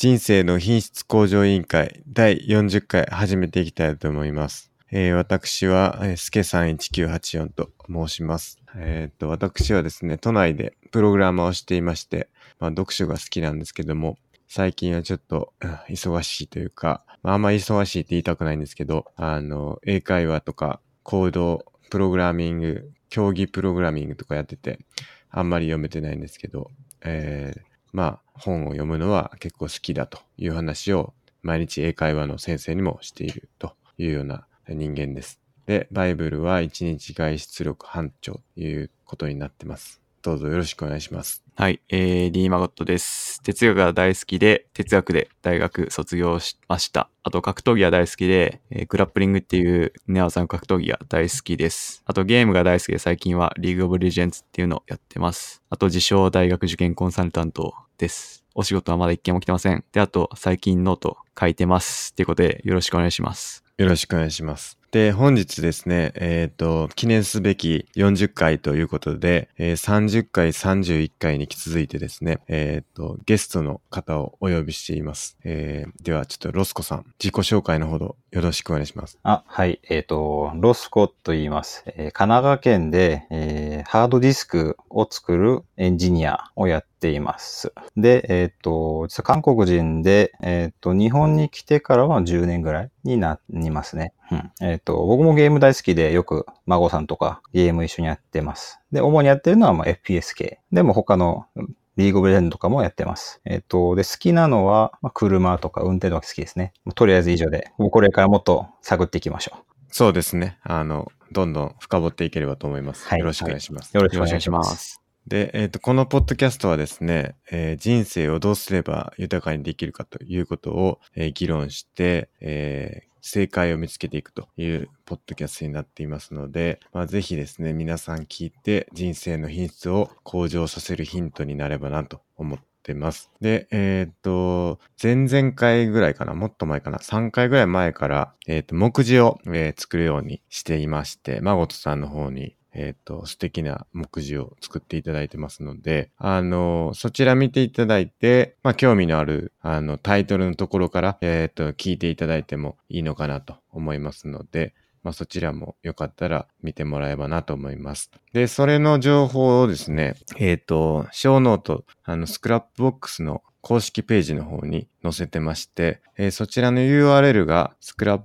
人生の品質向上委員会第40回始めていきたいと思います。私は、すけさん1984と申します。私はですね、都内でプログラマーをしていまして、読書が好きなんですけども、最近はちょっと、忙しいというか、あんま忙しいって言いたくないんですけど、英会話とか、コード、プログラミング、競技プログラミングとかやってて、あんまり読めてないんですけど、本を読むのは結構好きだという話を毎日英会話の先生にもしているというような人間です。で、バイブルは1日外出力班長ということになってます。どうぞよろしくお願いします。 はい、D マゴットです。哲学が大好きで、哲学で大学卒業しました。あと格闘技が大好きで、グラップリングっていう寝技の格闘技が大好きです。あとゲームが大好きで最近はリーグオブレジェンズっていうのをやってます。あと自称大学受験コンサルタントです。お仕事はまだ一件も来てません。で、あと最近ノート書いてます。っていうことでよろしくお願いします。 よろしくお願いします。で、本日ですね、記念すべき40回ということで、30回、31回に続いてですね、ゲストの方をお呼びしています。では、ちょっとロスコさん、自己紹介のほどよろしくお願いします。 はい。ロスコと言います。神奈川県で、ハードディスクを作るエンジニアをやっています。で、実は韓国人で、日本に来てからは10年ぐらいになりますね。僕もゲーム大好きでよく孫さんとかゲーム一緒にやってます。で、主にやってるのはFPS 系。でも他のリーグオブレジェンドとかもやってます。で、好きなのは、車とか運転とか好きですね。とりあえず以上で、これからもっと探っていきましょう。 そうですね。どんどん深掘っていければと思います。 はい。 よろしくお願いします。 よろしくお願いします。 で、このポッドキャストはですね、人生をどうすれば豊かにできるかということを、議論して、正解を見つけていくというポッドキャストになっていますので、ぜひですね、皆さん聞いて人生の品質を向上させるヒントになればなと思ってます。で、前々回ぐらいかな、もっと前かな、3回ぐらい前から、目次を、作るようにしていまして、まごとさんの方に素敵な目次を作っていただいてますので、そちら見ていただいて、興味のある、タイトルのところから、聞いていただいてもいいのかなと思いますので、そちらもよかったら見てもらえばなと思います。で、それの情報をですね、ショーノート、スクラップボックスの公式ページの方に載せてまして、そちらの URL が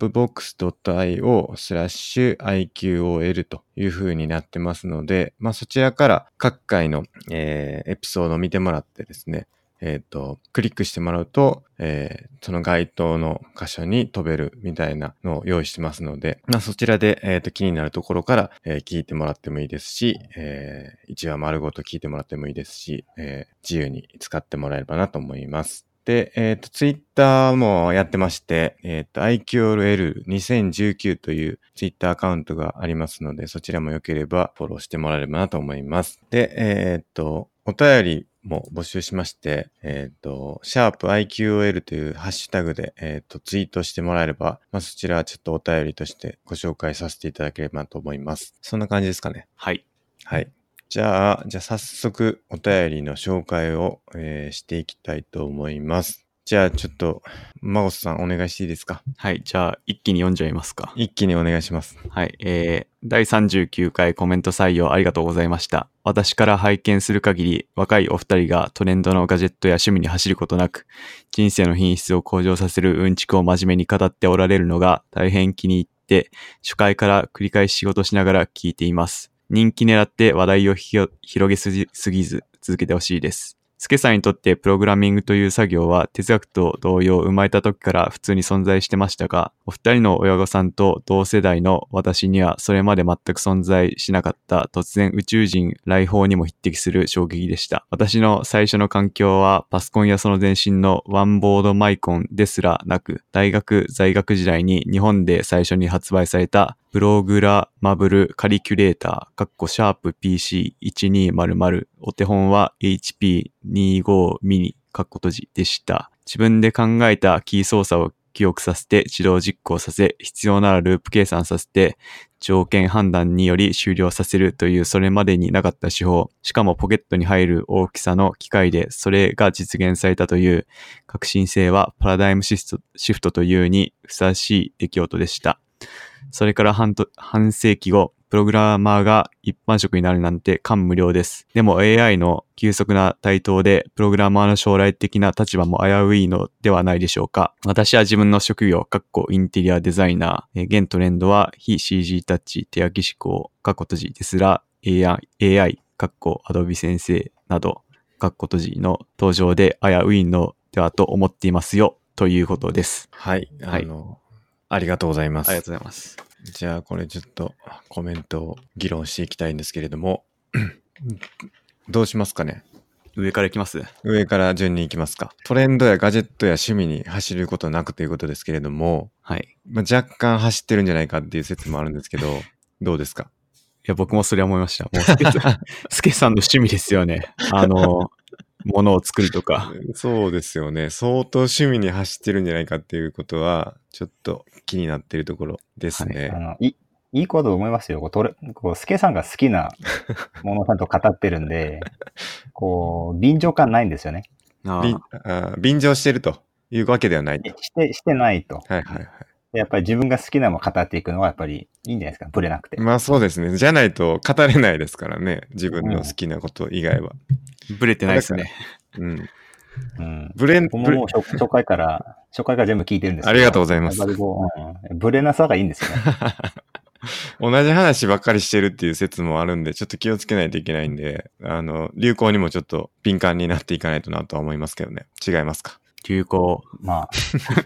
scrapbox.io/iqol という風になってますので、そちらから各回の、エピソードを見てもらってですね、クリックしてもらうと、その該当の箇所に飛べるみたいなのを用意してますので、そちらで、気になるところから、聞いてもらってもいいですし、1話丸ごと聞いてもらってもいいですし、自由に使ってもらえればなと思います。で、ツイッターもやってまして、IQL2019 というツイッターアカウントがありますので、そちらも良ければフォローしてもらえればなと思います。で、お便りも募集しまして、#IQOL というハッシュタグで、ツイートしてもらえれば、そちらちょっとお便りとしてご紹介させていただければと思います。そんな感じですかね。 はい。 はい。じゃあ早速お便りの紹介を、していきたいと思います。じゃあちょっと、マゴスさんお願いしていいですか？ はい、じゃあ一気に読んじゃいますか。 一気にお願いします。 はい、第39回コメント採用ありがとうございました。私から拝見する限り、若いお二人がトレンドのガジェットや趣味に走ることなく、人生の品質を向上させるうんちくを真面目に語っておられるのが大変気に入って、初回から繰り返し仕事しながら聞いています。人気狙って話題を広げすぎず続けてほしいです。スケさんにとってプログラミングという作業は哲学と同様生まれた時から普通に存在してましたが、お二人の親御さんと同世代の私にはそれまで全く存在しなかった突然宇宙人来訪にも匹敵する衝撃でした。私の最初の環境はパソコンやその前身のワンボードマイコンですらなく、大学在学時代に日本で最初に発売されたプログラマブルカリキュレーター#PC1200 お手本は HP25 ミニ閉じでした。自分で考えたキー操作を記憶させて自動実行させ、必要ならループ計算させて条件判断により終了させるというそれまでになかった手法、しかもポケットに入る大きさの機械でそれが実現されたという革新性はパラダイムシフトというにふさわしい出来事でした。それから半世紀後、プログラマーが一般職になるなんて感無量です。でも AI の急速な台頭で、プログラマーの将来的な立場も危ういのではないでしょうか。私は自分の職業、インテリアデザイナー、現トレンドは非 CG タッチ、手焼き思考、閉じですら AI、Adobe 先生など、閉じの登場で危ういのではと思っていますよ、ということです。 はい。ありがとうございます。 ありがとうございます。 じゃあこれちょっとコメントを議論していきたいんですけれどもどうしますかね。 上からいきます。 上から順に行きますか。トレンドやガジェットや趣味に走ることなくということですけれども、 はい。 若干走ってるんじゃないかっていう説もあるんですけど、どうですか。 いや、僕もそれは思いました。もうスケさんの趣味ですよね。ものを作るとか。 そうですよね。相当趣味に走ってるんじゃないかっていうことは、ちょっと気になっているところですね。 はい、いいこと思いますよ。スケさんが好きなものをちゃんと語ってるんで、便乗感ないんですよね。 便乗してるというわけではないと。 してないと。 はいはいはい。 やっぱり自分が好きなものを語っていくのはやっぱりいいんじゃないですか。ブレなくて。 まあそうですね。じゃないと語れないですからね。自分の好きなこと以外は。 ブレてないですね。 うん。 僕ももう初回から全部聞いてるんですけど。 ありがとうございます。 ブレなさがいいんですよね。 同じ話ばっかりしてるっていう説もあるんで、ちょっと気をつけないといけないんで、流行にもちょっと敏感になっていかないとなとは思いますけどね。違いますか。 流行。 まあ。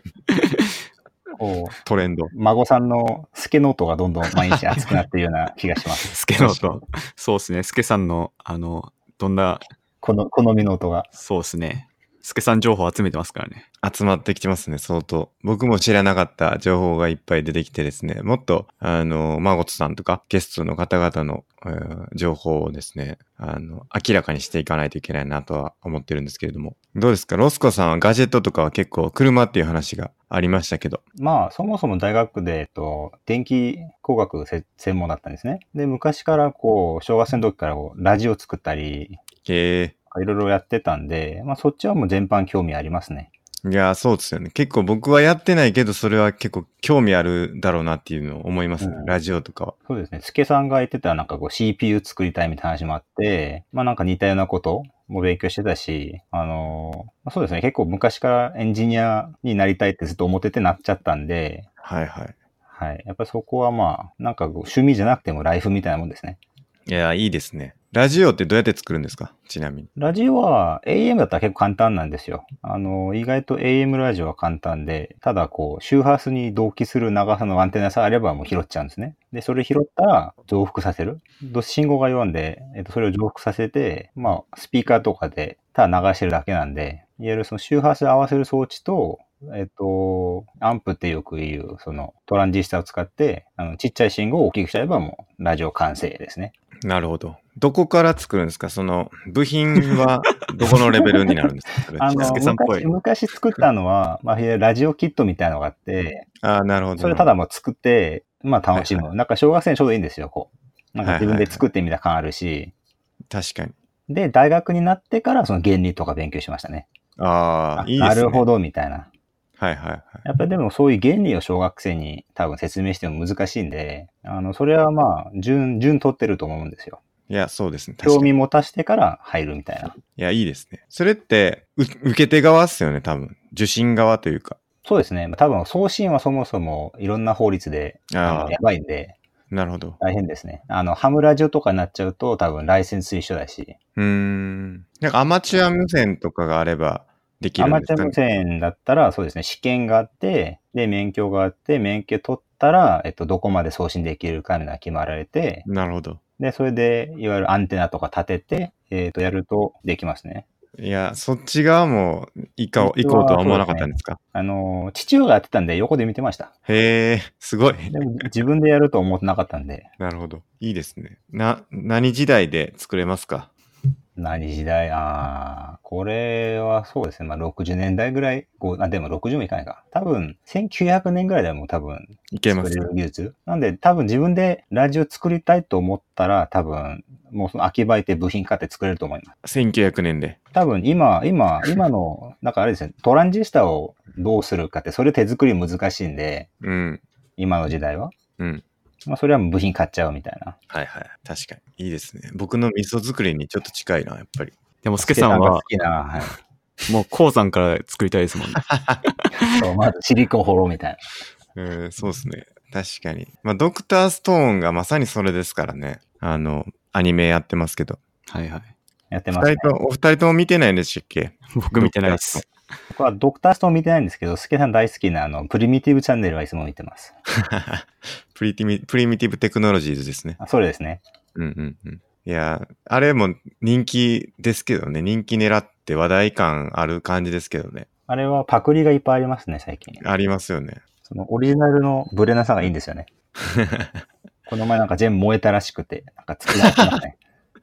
トレンド。 孫さんのスケノートがどんどん毎日熱くなっているような気がします。 スケノート。そうですね。スケさんの、どんな。 好みの音が。 そうですね。スケさん情報集めてますからね。 集まってきてますね、相当。僕も知らなかった情報がいっぱい出てきてですね、もっと、マゴトさんとかゲストの方々の、情報をですね、明らかにしていかないといけないなとは思ってるんですけれども。どうですか、ロスコさんはガジェットとかは結構車っていう話がありましたけど。 まあ、そもそも大学で、電気工学専門だったんですね。で、昔から小学生の時からラジオ作ったり、いろいろやってたんで、まあそっちはもう全般興味ありますね。 いや、そうですよね。結構僕はやってないけど、それは結構興味あるだろうなっていうのを思いますね。ラジオとかは。 そうですね。スケさんが言ってたCPU 作りたいみたいな話もあって、まあなんか似たようなことも勉強してたし、そうですね。結構昔からエンジニアになりたいってずっと思っててなっちゃったんで、 はいはい。 はい。やっぱりそこはまあ、なんか趣味じゃなくてもライフみたいなもんですね。 いや、いいですね。ラジオってどうやって作るんですか？ちなみに。 ラジオは AM だったら結構簡単なんですよ。意外と AM ラジオは簡単で、ただ周波数に同期する長さのアンテナさえあればもう拾っちゃうんですね。で、それ拾ったら増幅させる。信号が弱いんで、それを増幅させて、まあ、スピーカーとかでただ流してるだけなんで、いわゆるその周波数合わせる装置と、アンプってよく言う、トランジスタを使って、ちっちゃい信号を大きくしちゃえばもう、ラジオ完成ですね。 なるほど。どこから作るんですか？その、部品はどこのレベルになるんですか？ 昔作ったのは、まあ、ラジオキットみたいなのがあって、 なるほど。 それただもう作って、まあ楽しむ。なんか小学生にちょうどいいんですよ、なんか自分で作ってみた感あるし。 確かに。 で、大学になってからその原理とか勉強しましたね。 いいですね。 なるほど、みたいな。 はいはいはい。 やっぱりでもそういう原理を小学生に多分説明しても難しいんで、それはまあ、順取ってると思うんですよ。 いや、そうですね。 興味持たしてから入るみたいな。いや、いいですね。それって、受け手側っすよね、多分。受信側というか。 そうですね。多分送信はそもそもいろんな法律でやばいんで。 なるほど。 大変ですね。ハムラジオとかになっちゃうと多分ライセンス一緒だし。 なんかアマチュア無線とかがあればできるんですかね。 アマチュア無線だったらそうですね。試験があって、で、免許があって、免許取ったら、どこまで送信できるかみたいな決まられて。 なるほど。 で、それで、いわゆるアンテナとか立てて、やるとできますね。 いや、そっち側も行こうとは思わなかったんですか？ 父親がやってたんで横で見てました。 へえ、すごい。 でも自分でやると思ってなかったんで。 なるほど。いいですね。何時代で作れますか？ 何時代これはそうですね。まあ、60年代ぐらい、でも60もいかないか。多分、1900年ぐらいでも多分、 いけますか？ 作れる技術。なんで、多分自分でラジオ作りたいと思ったら、多分、もうその秋葉えて部品買って作れると思います。 1900年で。 多分今の、なんかあれですね、トランジスタをどうするかって、それ手作り難しいんで、 うん。 今の時代は。 うん。 まあ、それはもう部品買っちゃうみたいな。 はいはい。確かに。いいですね。僕の味噌作りにちょっと近いな、やっぱり。 でも、スケさんはが好、きな、はい。 もう鉱山から作りたいですもんね。 そう、まずシリコン掘ろうみたいな。 そうですね。確かに。まあ、ドクターストーンがまさにそれですからね。アニメやってますけど。 はいはい。 やってますね。 お二人とも見てないんでしたっけ？ 僕見てないです。 僕はドクターストーン見てないんですけど、スケさん大好きなプリミティブチャンネルはいつも見てます。 プリミティブテクノロジーズですね。 それですね。 うんうんうん。いや、あれも人気ですけどね。人気狙って話題感ある感じですけどね。 あれはパクリがいっぱいありますね、最近。 ありますよね。 そのオリジナルのブレなさがいいんですよね。この前なんか全部燃えたらしくて、なんか作られてますね。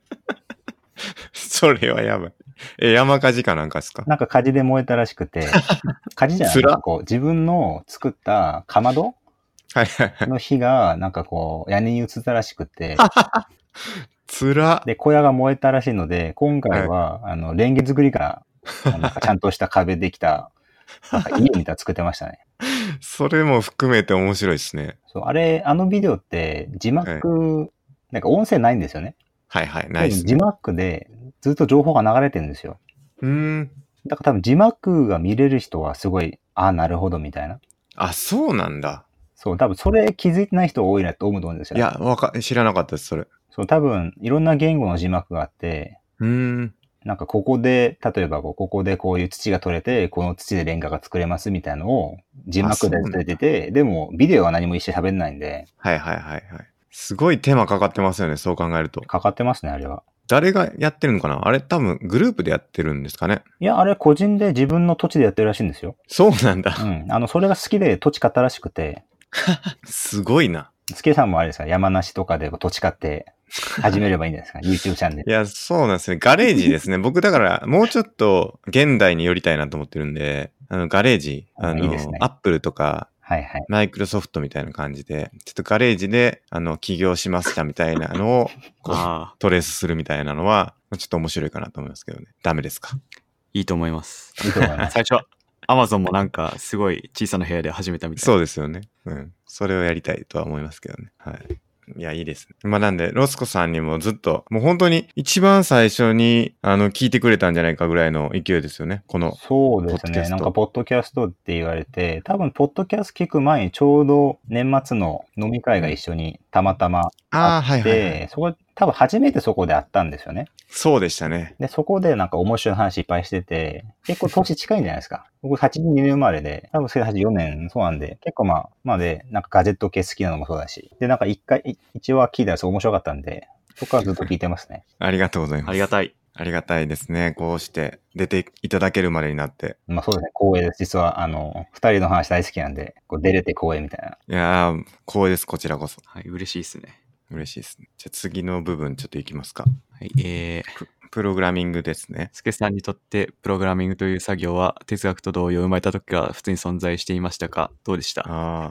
それはやばい。山火事かなんかですか？ なんか火事で燃えたらしくて、火事じゃないですか。こう自分の作ったかまどはいはいはい。 の火がなんかこう屋根に移ったらしくて、 つら。 で、小屋が燃えたらしいので、今回は、レンゲ作りから、なんかちゃんとした壁できた、なんか家みたいなの作ってましたね。 それも含めて面白いですね。 そう、あのビデオって字幕、なんか音声ないんですよね。 はいはい、ないです字ね。 幕でずっと情報が流れてるんですよ。だから多分字幕が見れる人はすごい、なるほどみたいな。 あ、そうなんだ。 そう、多分それ気づいてない人多いなと思うんですよね。 いや、知らなかったです、それ。 そう、多分いろんな言語の字幕があって、なんかここで、例えばここでこういう土が取れて、この土でレンガが作れますみたいなのを字幕で出てて、でもビデオは何も一緒に喋んないんで。 はいはいはいはい。すごい手間かかってますよね、そう考えると。 かかってますね、あれは。 誰がやってるのかな？あれ多分グループでやってるんですかね？ いや、あれ個人で自分の土地でやってるらしいんですよ。 そうなんだ。 うん。それが好きで土地買ったらしくて。 すごいな。 スケさんもあれですか、山梨とかで土地買って始めればいいんですかYouTube チャンネル。 いや、そうなんですね。ガレージですね。僕だからもうちょっと現代に寄りたいなと思ってるんで、ガレージ、 いいですね。 アップルとか、 はいはい。 マイクロソフトみたいな感じで、ちょっとガレージで、起業しましたみたいなのを、こう、トレースするみたいなのは、ちょっと面白いかなと思いますけどね。ダメですか？ いいと思います。 いいと思います。 最初は、アマゾンもなんか、すごい小さな部屋で始めたみたいな。 そうですよね。うん。それをやりたいとは思いますけどね。はい。いや、いいですね。まあ、なんで、ロスコさんにもずっと、もう本当に一番最初に、聞いてくれたんじゃないかぐらいの勢いですよね。この、 そうですね。なんか、ポッドキャストって言われて、多分、ポッドキャスト聞く前にちょうど年末の飲み会が一緒にたまたまあって、はいはいはい、そこ、多分初めてそこで会ったんですよね。 そうでしたね。 で、そこでなんか面白い話いっぱいしてて、結構年近いんじゃないですか。僕82年生まれで、多分84年そうなんで、結構まあで、なんかガジェット系好きなのもそうだし、で、なんか一話聞いたらすごい面白かったんで、そこからずっと聞いてますね。 ありがとうございます。 ありがたい。 ありがたいですね。こうして出ていただけるまでになって。 まあそうですね。光栄です。実は、二人の話大好きなんで、こう出れて光栄みたいな。 いやー、光栄です。こちらこそ。 はい、嬉しいですね。 嬉しいですね。じゃあ次の部分ちょっといきますか。 はい、 プログラミングですね。 スケさんにとってプログラミングという作業は哲学と同様生まれた時から普通に存在していましたか？どうでした？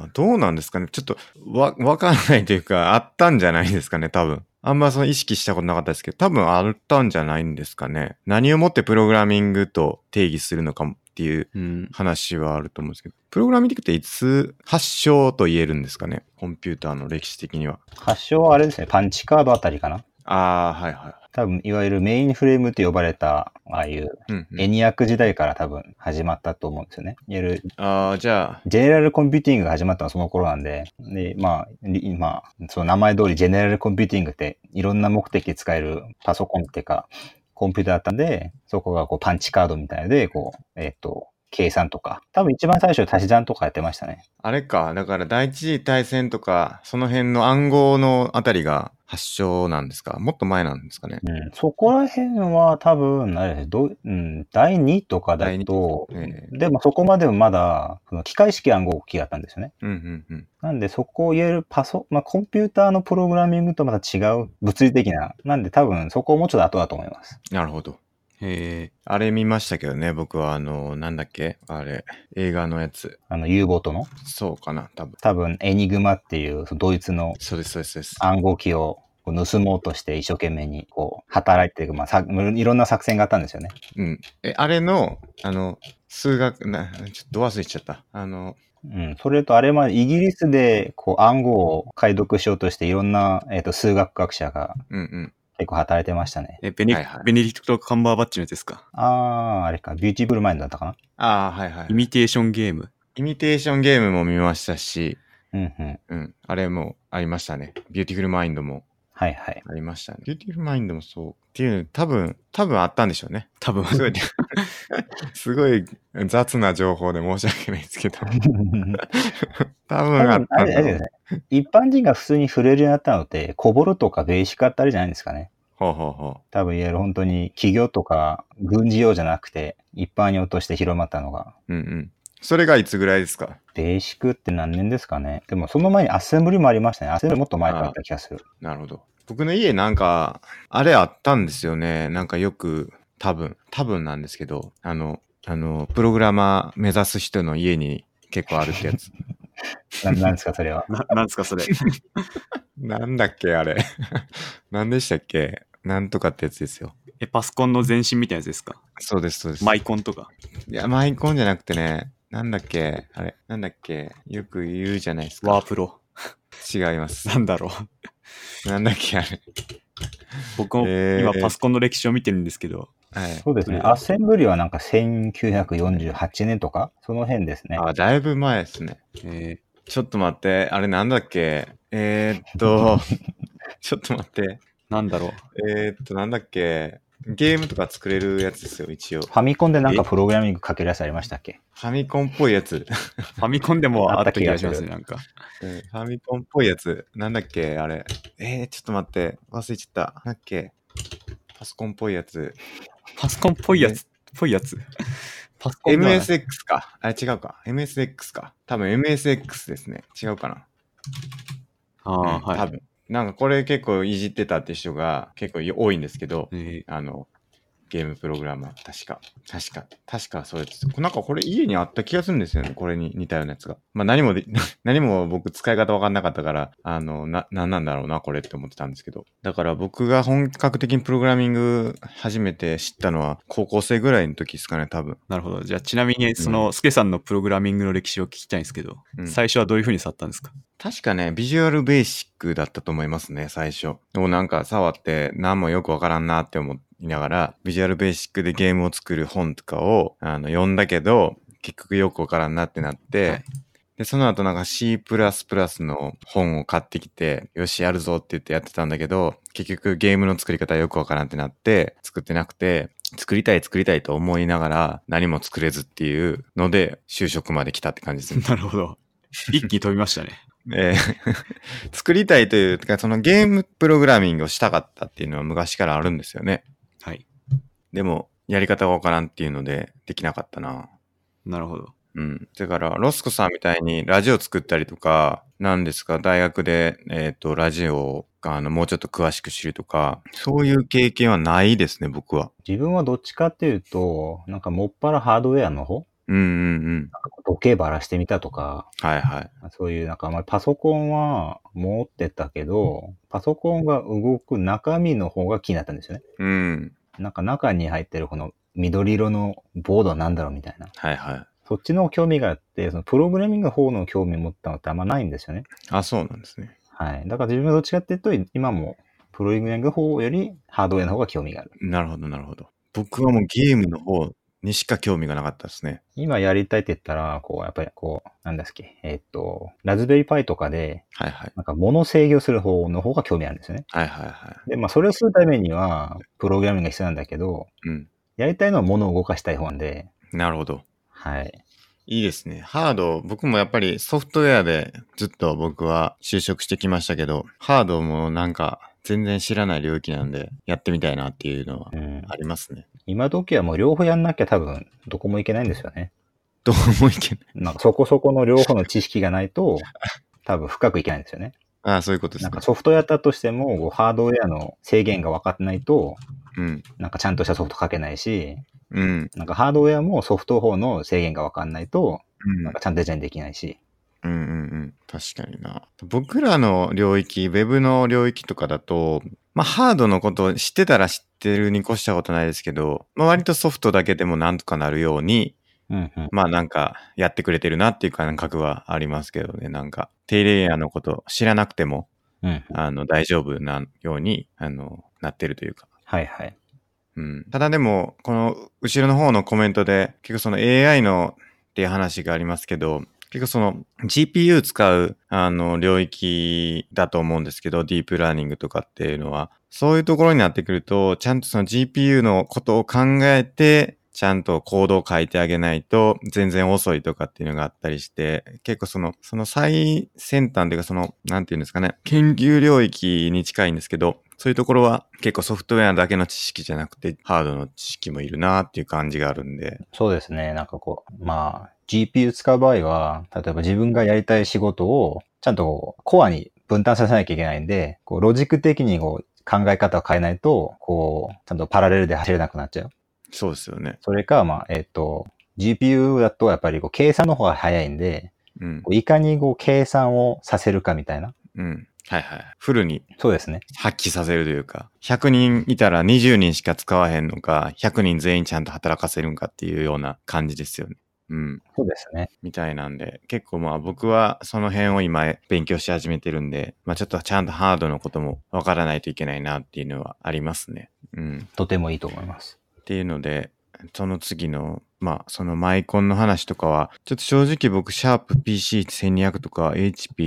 どうなんですかね。ちょっとわかんないというか、あったんじゃないですかね、多分。あんまその意識したことなかったですけど、多分あったんじゃないんですかね。何をもってプログラミングと定義するのかっていう話はあると思うんですけど、プログラミングっていつ発祥と言えるんですかね、コンピューターの歴史的には。 発祥はあれですね、パンチカードあたりかな。 はいはい。 多分、いわゆるメインフレームって呼ばれた、ああいう、エニアック時代から多分始まったと思うんですよね。いわゆる、 じゃあ、 ジェネラルコンピューティングが始まったのはその頃なんで、で、その名前通りジェネラルコンピューティングっていろんな目的で使えるパソコンっていうか、コンピューターだったんで、そこがこうパンチカードみたいで、こう、 計算とか。多分一番最初足し算とかやってましたね。 あれか。だから第一次大戦とか、その辺の暗号のあたりが発祥なんですか？もっと前なんですかね。 そこら辺は多分、あれです第2とかだ第二と、 えでもそこまでもまだ、その機械式暗号機だったんですよね。なんでそこを言えるコンピューターのプログラミングとまた違う物理的な、なんで多分そこをもうちょっと後だと思います。 なるほど。 へえ。 あれ見ましたけどね、僕はなんだっけあれ、映画のやつ。 U ボートのそうかな、多分。 多分、エニグマっていうドイツのそうです、そうです、そうです。 暗号機を盗もうとして一生懸命に働いていく、いろんな作戦があったんですよね。 うん。あれの、数学、ちょっとど忘れしちゃった。 それとあれまでイギリスで暗号を解読しようとしていろんな、数学学者が結構働いてましたね。 ベネディクト・カンバーバッチのやつですか？ あれか。ビューティフルマインドだったかな？ はいはい。 イミテーションゲーム。 イミテーションゲームも見ましたし、 うん。 あれもありましたね。ビューティフルマインドも。 はいはい。 ありましたね。ビューティフルマインドもそう。っていう、多分あったんでしょうね。 多分。 すごい雑な情報で申し訳ないですけど。多分あったんだろう。 一般人が普通に触れるようになったのって、コボルとかベーシックあったりじゃないですかね。 多分いわゆる本当に企業とか軍事用じゃなくて、一般用として広まったのが。 それがいつぐらいですか？ ベーシックって何年ですかね。でもその前にアッセンブリもありましたね。アッセンブリもっと前からあった気がする。 なるほど。僕の家なんか、あれあったんですよね。なんかよく、多分なんですけど、プログラマー目指す人の家に結構あるってやつ。 なんですか、それは。 なんですか、それ。 なんだっけ、あれ。何でしたっけ？なんとかってやつですよ。 パソコンの前身みたいなやつですか？ そうです、そうです。 マイコンとか。 いや、マイコンじゃなくてね、なんだっけ、あれ、なんだっけ、よく言うじゃないですか。 ワープロ。 違います。 なんだろう。なんだっけ、あれ。 僕も今パソコンの歴史を見てるんですけど。 そうですね。アッセンブリはなんか1948年とか、その辺ですね。 だいぶ前ですね。ちょっと待って、あれなんだっけちょっと待って。 なんだろう。なんだっけゲームとか作れるやつですよ、一応。 ファミコンでなんかプログラミングかけるやつありましたっけ？ ファミコンっぽいやつ。 ファミコンでもあった気がしますね、なんか。 ファミコンっぽいやつ。なんだっけあれ。ちょっと待って。忘れちゃった。なんだっけパソコンっぽいやつ。 パソコンっぽいやつ。 パソコン MSX か。あれ違うか。MSX か。多分 MSX ですね。違うかな。 はい。 多分。なんかこれ結構いじってたって人が結構多いんですけど、ゲームプログラマー、確かそうです。なんかこれ家にあった気がするんですよね。これに似たようなやつが。まあ何も僕使い方わかんなかったから、なんなんだろうな、これって思ってたんですけど。だから僕が本格的にプログラミング初めて知ったのは高校生ぐらいの時ですかね、多分。 なるほど。じゃあちなみにスケさんのプログラミングの歴史を聞きたいんですけど、最初はどういう風に去ったんですか？ 確かね、ビジュアルベーシックだったと思いますね、最初。でもなんか触って何もよくわからんなって思いながら、ビジュアルベーシックでゲームを作る本とかを読んだけど、結局よくわからんなってなって、で、その後なんか C++ の本を買ってきて、よしやるぞって言ってやってたんだけど、結局ゲームの作り方よくわからんってなって、作ってなくて、作りたいと思いながら何も作れずっていうので、就職まで来たって感じですね。 なるほど。一気に飛びましたね。 作りたいというか、そのゲームプログラミングをしたかったっていうのは昔からあるんですよね。 はい。 でも、やり方がわからんっていうので、できなかったな。 なるほど。 だから、ロスコさんみたいにラジオ作ったりとか、なんですか、大学で、ラジオをもうちょっと詳しく知るとか、そういう経験はないですね、僕は。 自分はどっちかっていうと、なんかもっぱらハードウェアの方？時計ばらしてみたとか、そういうなんかパソコンは持ってたけど、パソコンが動く中身の方が気になったんですよね。なんか中に入ってるこの緑色のボードは何だろうみたいな。そっちの興味があって、そのプログラミングの方の興味を持ったのってあんまないんですよね。 あ、そうなんですね。 はい。だから自分はどっちかっていうと、今もプログラミングの方よりハードウェアの方が興味がある。 なるほど。僕はもうゲームの方にしか興味がなかったですね。 今やりたいって言ったら、やっぱりなんだっけ、ラズベリーパイとかで、なんか物制御する方の方が興味あるんですよね。で、それをするためには、プログラミングが必要なんだけど、やりたいのは物を動かしたい方なんで、 なるほど。 はい。 いいですね。ハード、僕もやっぱりソフトウェアでずっと僕は就職してきましたけど、ハードもなんか全然知らない領域なんで、やってみたいなっていうのはありますね。 今時はもう両方やんなきゃ多分どこもいけないんですよね。 どうもいけない。 なんかそこそこの両方の知識がないと多分深くいけないんですよね。 ああ、そういうことですね。 なんかソフトやったとしても、こうハードウェアの制限が分かってないと、 うん。 なんかちゃんとしたソフト書けないし、 うん。 なんかハードウェアもソフト方の制限が分かんないと、 うん。 なんかちゃんとデザインできないし。 うんうんうん。確かにな。僕らの領域、ウェブの領域とかだと、まあハードのことを知ってたら知ってるに越したことないですけど、まあ割とソフトだけでもなんとかなるように、 うんうん。 まあなんかやってくれてるなっていう感覚はありますけどね。なんか低レイヤーのこと知らなくても、 うんうん。 大丈夫なように、なってるというか。 はいはい。 うん。ただでも、この後ろの方のコメントで、結構その AI のっていう話がありますけど、結構その GPU 使う領域だと思うんですけど、ディープラーニングとかっていうのは、そういうところになってくると、ちゃんとその GPU のことを考えて、ちゃんとコードを書いてあげないと全然遅いとかっていうのがあったりして、結構その最先端というかなんていうんですかね、研究領域に近いんですけど、そういうところは結構ソフトウェアだけの知識じゃなくて、ハードの知識もいるなっていう感じがあるんで。 そうですね。なんかこう、まあ、GPU 使う場合は、例えば自分がやりたい仕事を、ちゃんとコアに分担させなきゃいけないんで、こう、ロジック的にこう考え方を変えないと、こう、ちゃんとパラレルで走れなくなっちゃう。 そうですよね。 それか、まあ、GPU だとやっぱりこう計算の方が早いんで、 うん。 こういかにこう計算をさせるかみたいな。 うん。はいはい。フルにそうですね。 発揮させるというか、100人いたら20人しか使わへんのか、100人全員ちゃんと働かせるんかっていうような感じですよね。うん。 そうですね。 みたいなんで、結構まあ僕はその辺を今勉強し始めてるんで、まあちょっとちゃんとハードのこともわからないといけないなっていうのはありますね。うん。 とてもいいと思います。 っていうので、その次の、まあそのマイコンの話とかは、ちょっと正直僕、シャープ PC1200 とか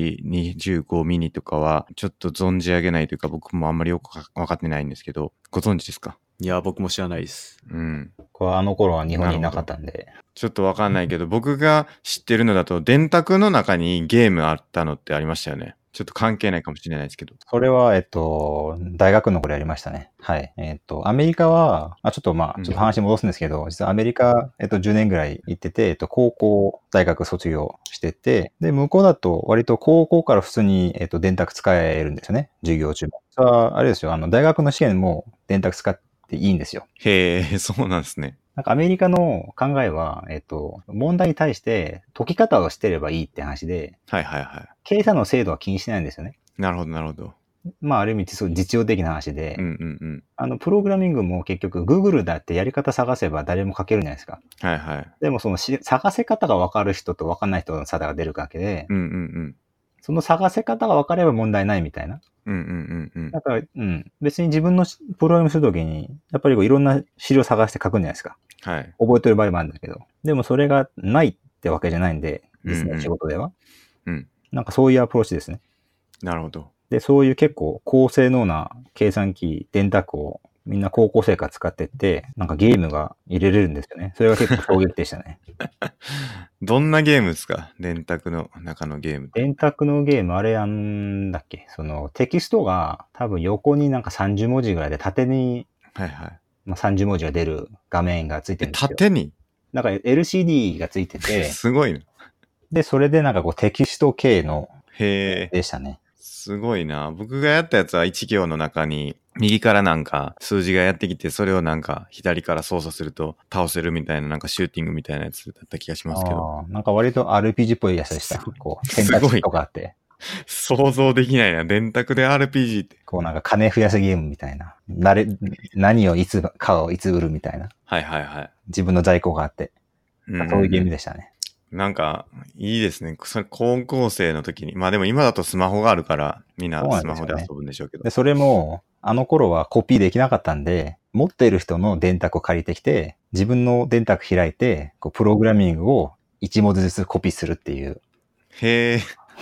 HP25 ミニとかは、ちょっと存じ上げないというか僕もあんまりよくわかってないんですけど、ご存知ですか？ いや、僕も知らないです。 うん。 これあの頃は日本にいなかったんで。 ちょっとわかんないけど、僕が知ってるのだと、電卓の中にゲームあったのってありましたよね。ちょっと関係ないかもしれないですけど。 それは、大学の頃やりましたね。はい。アメリカは、ちょっとまあ、ちょっと話戻すんですけど、実はアメリカ、10年ぐらい行ってて、高校、大学卒業してて、で、向こうだと割と高校から普通に、電卓使えるんですよね。授業中も。それは、あれですよ、大学の試験も電卓使っていいんですよ。 へえ、そうなんですね。 なんかアメリカの考えは、問題に対して解き方をしてればいいって話で、 はいはいは計算の精度は気にしてないんですよね。 い。なるほどなるほど。 まあ、ある意味、すごい実用的な話で、 うんうんうん。 プログラミングも結局、Google だってやり方探せば誰も書けるじゃないですか。 はいはい。 でも、その探せ方が分かる人と分かんない人の差が出るわけで、 うんうんうん。 その探せ方が分かれば問題ないみたいな。 うんうんうんうん。 だから、別に自分のプログラムするときに、やっぱりこういろんな資料探して書くんじゃないですか。 はい。 覚えてる場合もあるんだけど。でもそれがないってわけじゃないんで、実際の仕事では。 うん。 なんかそういうアプローチですね。 なるほど。 で、そういう結構高性能な計算機、電卓をみんな高校生から使ってって、なんかゲームが入れれるんですよね。それが結構衝撃でしたね。 どんなゲームですか？電卓の中のゲーム。 電卓のゲーム、あれだっけ、そのテキストが多分横になんか30文字ぐらいで縦に、 はいはい。 まあ、30文字が出る画面がついてるんですよ。 縦になんか LCD がついてて、 すごいな。 で、それでなんかこうテキスト系のへえ。 でしたね。 すごいな。僕がやったやつは1行の中に、右からなんか数字がやってきて、それをなんか左から操作すると倒せるみたいな、なんかシューティングみたいなやつだった気がしますけど。 なんか割と RPG っぽいやつでした。こう、選択肢とかあって。 想像できないな。電卓で RPG って。 こうなんか金増やすゲームみたいな。何をいつかをいつ売るみたいな。 はいはいはい。 自分の在庫があって。そういうゲームでしたね。 なんか、いいですね。それ高校生の時に。まあでも今だとスマホがあるから、みんなスマホで遊ぶんでしょうけど。 で、それも、あの頃はコピーできなかったんで、持っている人の電卓を借りてきて、自分の電卓開いて、こうプログラミングを1文字ずつコピーするっていう。 へえ。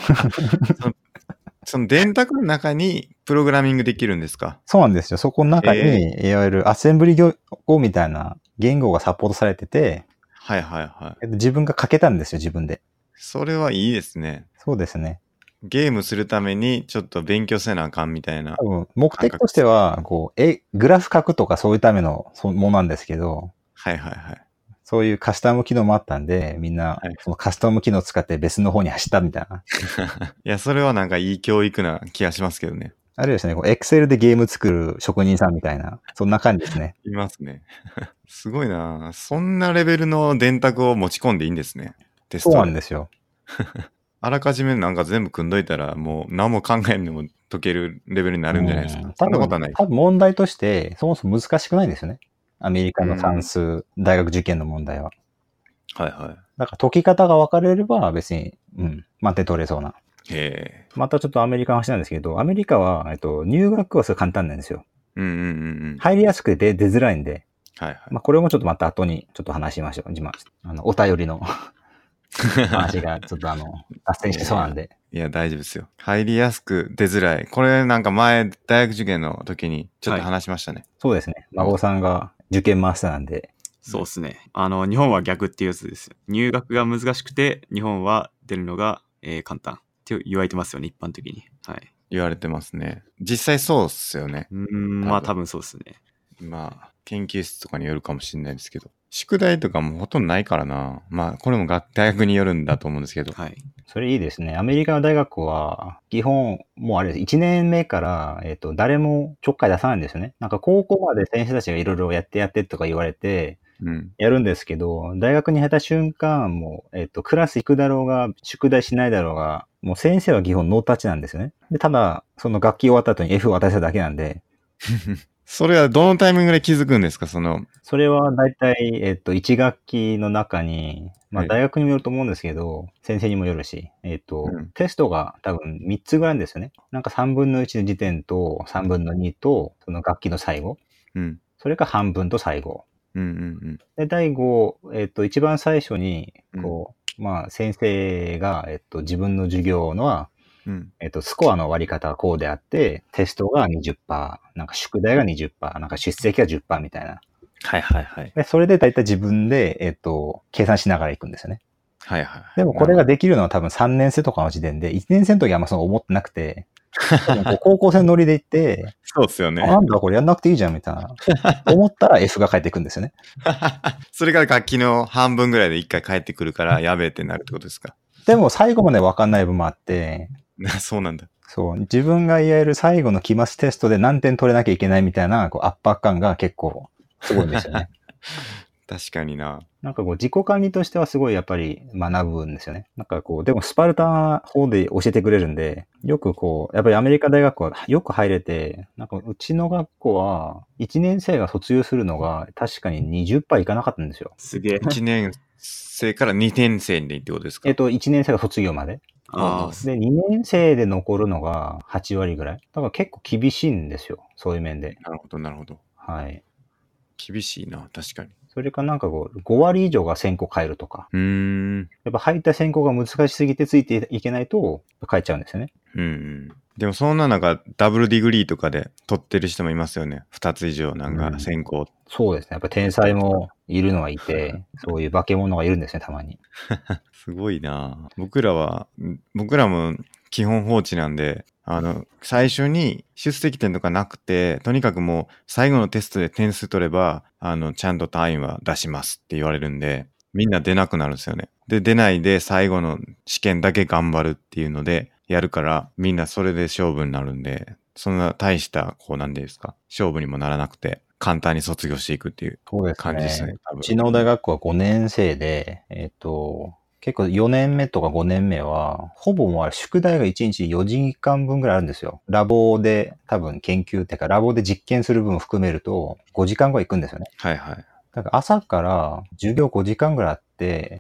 その電卓の中にプログラミングできるんですか？ そうなんですよ。そこの中に、いわゆるアセンブリ語みたいな言語がサポートされてて、 はいはいはい。 自分が書けたんですよ、自分で。 それはいいですね。 そうですね。 ゲームするためにちょっと勉強せなあかんみたいな多分、目感覚です。 的としては、こう、グラフ書くとかそういうためのものなんですけど、 はいはいはい。 そういうカスタム機能もあったんで、みんなはい、 そのカスタム機能を使って別の方に走ったみたいな。 いや、それはなんかいい教育な気がしますけどね。 あるいはですね、エクセルでゲーム作る職人さんみたいな、そんな感じですね。 いますね。すごいな。そんなレベルの電卓を持ち込んでいいんですね。テスそうトで。 なんですよ。 あらかじめなんか全部組んどいたら、もう何も考えんでも解けるレベルになるんじゃないですか。そんなことはない。 多分問題として、そもそも難しくないんですよね。アメリカの算うん。 数、大学受験の問題は。 はいはだから解き方が分かれれば別に、満点取れそうな。 い。へえ。 またちょっとアメリカの話なんですけど、アメリカは、入学はすごい簡単なんですよ。 うんうんうんうん。 入りやすくて出づらいんで、 はいはい。 まあこれもちょっとまた後にちょっと話しましょう。今、お便りの話がちょっと脱線してそうなんで。 いや、大丈夫ですよ。入りやすく出づらい。これなんか前、大学受験の時にちょっと話しましたね。 そうですね。孫さんが受験マスターなんで。 そうですね。日本は逆っていうやつですよ。入学が難しくて、日本は出るのが、簡単って言われてますよね、一般的に。はい。 言われてますね。実際そうっすよね。 まあ多分そうですね。 まあ、研究室とかによるかもしれないですけど。宿題とかもほとんどないからな。まあ、これも大学によるんだと思うんですけど。 はい。 それいいですね。アメリカの大学は、基本、もうあれです。1年目から、誰もちょっかい出さないんですよね。なんか高校まで先生たちがいろいろやってとか言われて、 うん。 やるんですけど、大学に入った瞬間、もう、クラス行くだろうが、宿題しないだろうが、もう先生は基本ノータッチなんですよね。で、ただ、その学期終わった後に F を渡しただけなんで、 それはどのタイミングで気づくんですか？ それはだいたい、1学期の中に、まあはい大学にもよると思うんですけど、先生にもよるし、 うんテストが多分3つぐらいなんですよね。なんか3分の1の時点と3分の2と、その学期の最後。 うんそれか半分と最後。 うんうんで、第5、一番最初に、 うんこう、まあ先生が、自分の授業のは、 うんスコアの割り方はこうであって、テストが20%、なんか宿題が20%、なんか出席が10%みたいな。 はいはいはい。 で、それで大体自分で、計算しながら行くんですよね。 はいはい。 でもこれができるのは多分3年生とかの時点で、1年生の時はあんまそう思ってなくて、多分こう高校生のノリで行って、 そうですよあ、 ね。 なんだこれやんなくていいじゃんみたいな。思ったら F が返ってくるんですよね。 それが楽器の半分ぐらいで一回帰ってくるからやべえってなるってことですか？ でも最後まで分かんない部分もあって、 そうなんだ。 そう、自分がいわゆる最後の期末テストで何点取れなきゃいけないみたいな、こう圧迫感が結構すごいんですよね。 確かにな。 なんかこう自己管理としてはすごいやっぱり学ぶんですよね。なんかこう、でもスパルタな方で教えてくれるんで、よくこう、やっぱりアメリカ大学はよく入れて、なんかうちの学校は1年生が卒業するのが確かに20%いかなかったんですよ。 すげえ。 1年生から2年生でってことですか？ 1年生が卒業まで。 ああ、 で、2年生で残るのが8割ぐらい。だから結構厳しいんですよ。そういう面で。 なるほどなるほど。 はい。 厳しいな、確かに。 それかなんかこう、5割以上が専攻変えるとか。やっぱ入った専攻が難しすぎてついていけないと変えちゃうんですよね。 でもそんな中、ダブルディグリーとかで取ってる人もいますよね。2つ以上なんか専攻。 そうですね。やっぱ天才もいるのはいて、そういう化け物がいるんですね、たまに。 すごいな。僕らも基本放置なんで、最初に出席点とかなくて、とにかくもう最後のテストで点数取れば、ちゃんと単位は出しますって言われるんで、みんな出なくなるんですよね。で、出ないで最後の試験だけ頑張るっていうので、やるから、みんなそれで勝負になるんで、そんな大した、こうなんでですか、勝負にもならなくて、簡単に卒業していくっていう感じですね。 うちの大学校は5年生で、結構4年目とか5年目は、ほぼもう宿題が1日4時間分ぐらいあるんですよ。ラボで多分研究っていうか、ラボで実験する分を含めると5時間ぐらい行くんですよね。 はいはい。 だから朝から授業5時間ぐらいあって、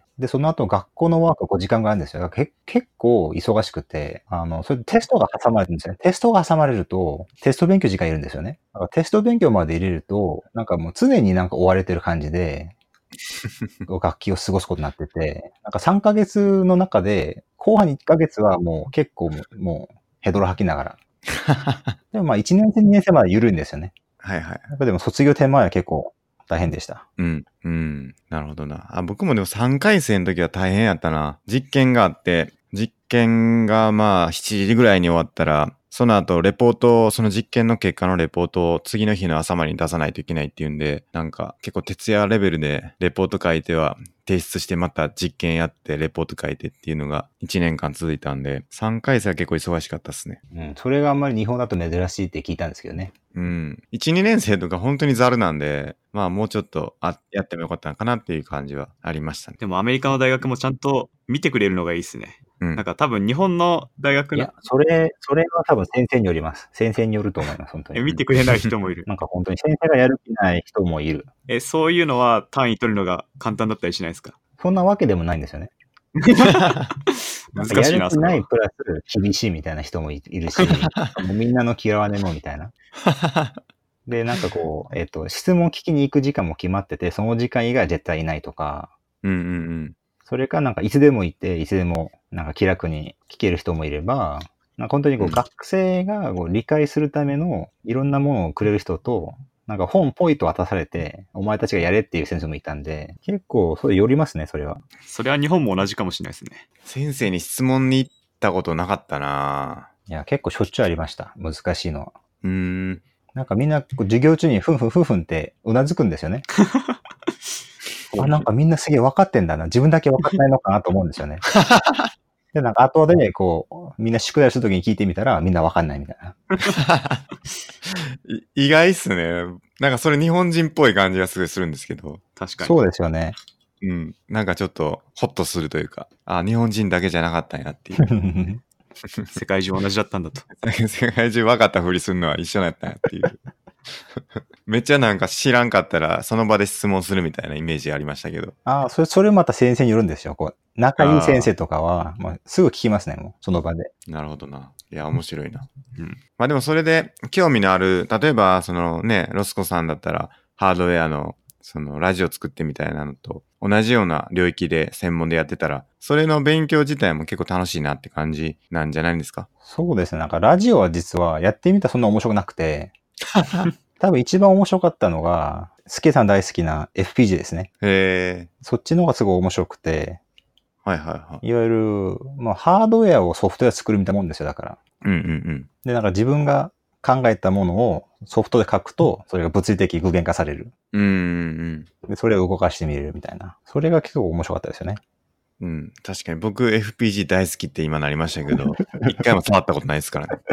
で、その後学校のワーク5時間ぐらいあるんですよ。だから結構忙しくて、それでテストが挟まれるんですよね。テストが挟まれると、テスト勉強時間いるんですよね。だからテスト勉強まで入れると、なんかもう常になんか追われてる感じで、学期を過ごすことになってて、なんか3ヶ月の中で、後半1ヶ月はもう結構もうヘドロ吐きながら。でもまあ1年生2年生まで緩いんですよね。 はいはい。 やっぱでも卒業手前は結構大変でした。 うん。うん。なるほどな。僕もでも3回生の時は大変やったな。実験があって、実験がまあ7時ぐらいに終わったら、その後レポート、その実験の結果のレポートを次の日の朝までに出さないといけないっていうんで、なんか結構徹夜レベルでレポート書いては提出してまた実験やってレポート書いてっていうのが1年間続いたんで、3回生は結構忙しかったっすね。 うん。それがあんまり日本だと珍しいって聞いたんですけどね。 うん。1、2年生とか本当にザルなんで、まあもうちょっとやってもよかったのかなっていう感じはありましたね。 でもアメリカの大学もちゃんと見てくれるのがいいですね。 うんなんか多分日本の大学のいや、それは多分先生によります。先生によると思います、本当に。 見てくれない人もいる。 なんか本当に先生がやる気ない人もいる。 そういうのは単位取るのが簡単だったりしないですか？ そんなわけでもないんですよね。なんか難しいな、 やる気それは。 ないプラス厳しいみたいな人もいるし、もうみんなの嫌われ者みたいな。で、なんかこう、質問聞きに行く時間も決まってて、その時間以外は絶対いないとか、 うんうんうん。 それかなんかいつでも行って、いつでもなんか気楽に聞ける人もいれば、なんか本当にこううん学生がこう理解するためのいろんなものをくれる人と、なんか本ポイと渡されて、お前たちがやれっていう先生もいたんで、結構それ寄りますね、それは。 それは日本も同じかもしれないですね。 先生に質問に行ったことなかったないや、結構しょっちゅうありました。難しいのは。 ん。 なんかみんなこう授業中にふんふんふんふんってうなずくんですよね。なんかみんなすげえ分かってんだな。自分だけ分かってないのかなと思うんですよね。で、なんか後でこう、みんな宿題するときに聞いてみたらみんな分かんないみたいな。 意外っすね。なんかそれ日本人っぽい感じがすごいするんですけど。 確かに。 そうですよね。 うん。なんかちょっとホッとするというか、日本人だけじゃなかったんやっていう。 世界中同じだったんだと。 世界中分かったふりするのは一緒だったんやっていう。めっちゃなんか知らんかったらその場で質問するみたいなイメージありましたけど。 それまた先生によるんですよ。こう、仲いい先生とかは、まあ、すぐ聞きますね、もう、その場で。 なるほどな。いや、面白いな。うん。まあでもそれで興味のある、例えばそのね、ロスコさんだったらハードウェアのそのラジオ作ってみたいなのと同じような領域で専門でやってたら、それの勉強自体も結構楽しいなって感じなんじゃないんですか？ そうですね。なんかラジオは実はやってみたらそんな面白くなくて、多分一番面白かったのが、スケさん大好きな FPG ですね。 へえ。 そっちの方がすごい面白くて、 はいはいはい。 いわゆる、まあ、ハードウェアをソフトウェア作るみたいなもんですよ、だから。 うんうんで、なんか自分が考えたものをソフトで書くと、それが物理的具現化される。 うん。うんで、それを動かしてみれるみたいな。それが結構面白かったですよね。 うん。うん。確かに僕 FPG 大好きって今なりましたけど、一回も触ったことないですからね。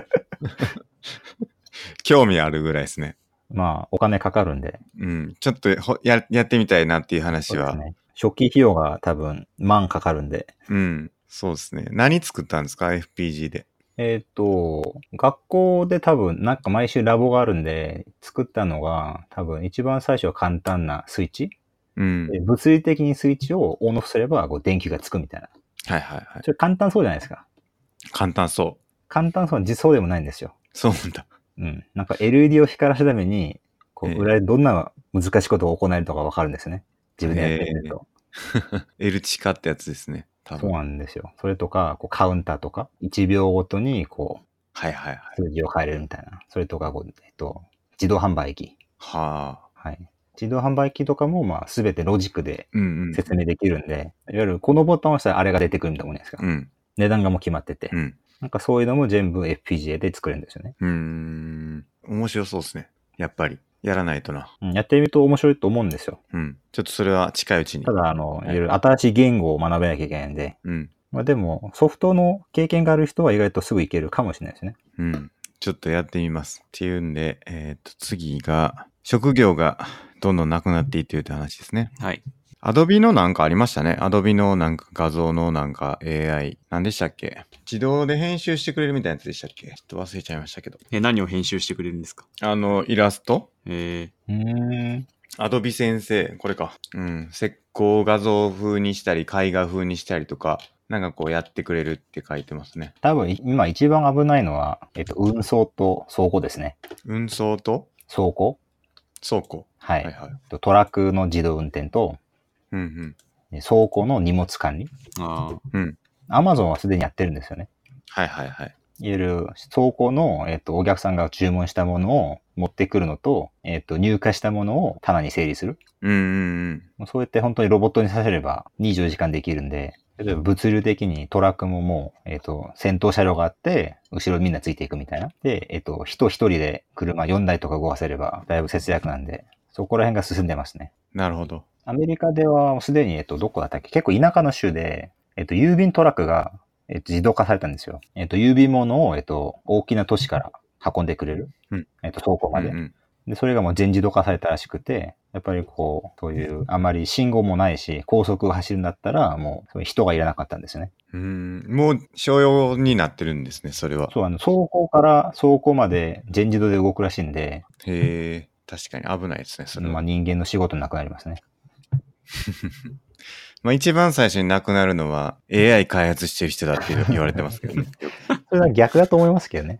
興味あるぐらいですね。 まあ、お金かかるんで。 うん。ちょっとやってみたいなっていう話は。 そうですね。初期費用が多分万かかるんで。 うん。そうですね。何作ったんですか FPG で。 学校で多分なんか毎週ラボがあるんで、作ったのが多分一番最初は簡単なスイッチ。 うん。 で物理的にスイッチをオンオフすればこう電気がつくみたいな。 はいはいはい。 それ簡単そうじゃないですか。 簡単そう。 簡単そうは実装でもないんですよ。 そうなんだ。 うん。なんか LED を光らすために、こう裏でどんな難しいことを行えるとかわかるんですね。自分でやってみると。 L 値化ってやつですね。多そう分。 なんですよ。それとか、こうカウンターとか、1秒ごとにこう、 はいはいはい。 数字を変えれるみたいな。それとかこう、自動販売機。 はあ。 はい。自動販売機とかも、まあ、すべてロジックでうんうん。 説明できるんで、いわゆるこのボタンを押したらあれが出てくるみたいなもんじゃないですか。 うん。 値段がもう決まってて。 うん。 なんかそういうのも全部 FPGA で作れるんですよね。 面白そうですね。やっぱり。やらないとな。 うん、やってみると面白いと思うんですよ。 うん。ちょっとそれは近いうちに。 ただ、いわゆる新しい言語を学べなきゃいけないんで、 うん。 まあでも、ソフトの経験がある人は意外とすぐいけるかもしれないですね。 うん。ちょっとやってみます。っていうんで、次が、職業がどんどんなくなっていってるって話ですね。 はい。 アドビのなんかありましたね。アドビのなんか画像のなんか AI。何でしたっけ？自動で編集してくれるみたいなやつでしたっけ？ちょっと忘れちゃいましたけど。 何を編集してくれるんですか？ イラスト？ アアドビ先生、これか。うん。石膏画像風にしたり、絵画風にしたりとか、なんかこうやってくれるって書いてますね。 多分、今一番危ないのは、運送と倉庫ですね。 運送と倉庫倉庫。 はい。 はいはい。 トラックの自動運転と、 うん倉庫の荷物管理。 ああ。 うん。 アマゾンはすでにやってるんですよね。 はいはいはい。 いわゆる倉庫の、お客さんが注文したものを持ってくるのと、入荷したものを棚に整理する。 うんうんもうそうやって本当にロボットにさせれば24時間できるんで、例えば物流的にトラックももう、先頭車両があって、後ろみんなついていくみたいな。で、人一人で車4台とか動かせれば、だいぶ節約なんで、そこら辺が進んでますね。 なるほど。 アメリカではもうすでに、どこだったっけ結構田舎の州で、郵便トラックが、自動化されたんですよ。郵便物を、大きな都市から運んでくれる。 うん倉庫まで。 うんうんで、それがもう全自動化されたらしくて、やっぱりこう、そういう、あまり信号もないし、高速を走るんだったら、もう、そういう人がいらなかったんですよね。 もう商用になってるんですね、それは。 そう、倉庫から倉庫まで全自動で動くらしいんで、 へえ、確かに危ないですね、それは。 まあ人間の仕事なくなりますね。 まあ一番最初になくなるのは AI 開発してる人だって言われてますけどね。 それは逆だと思いますけどね。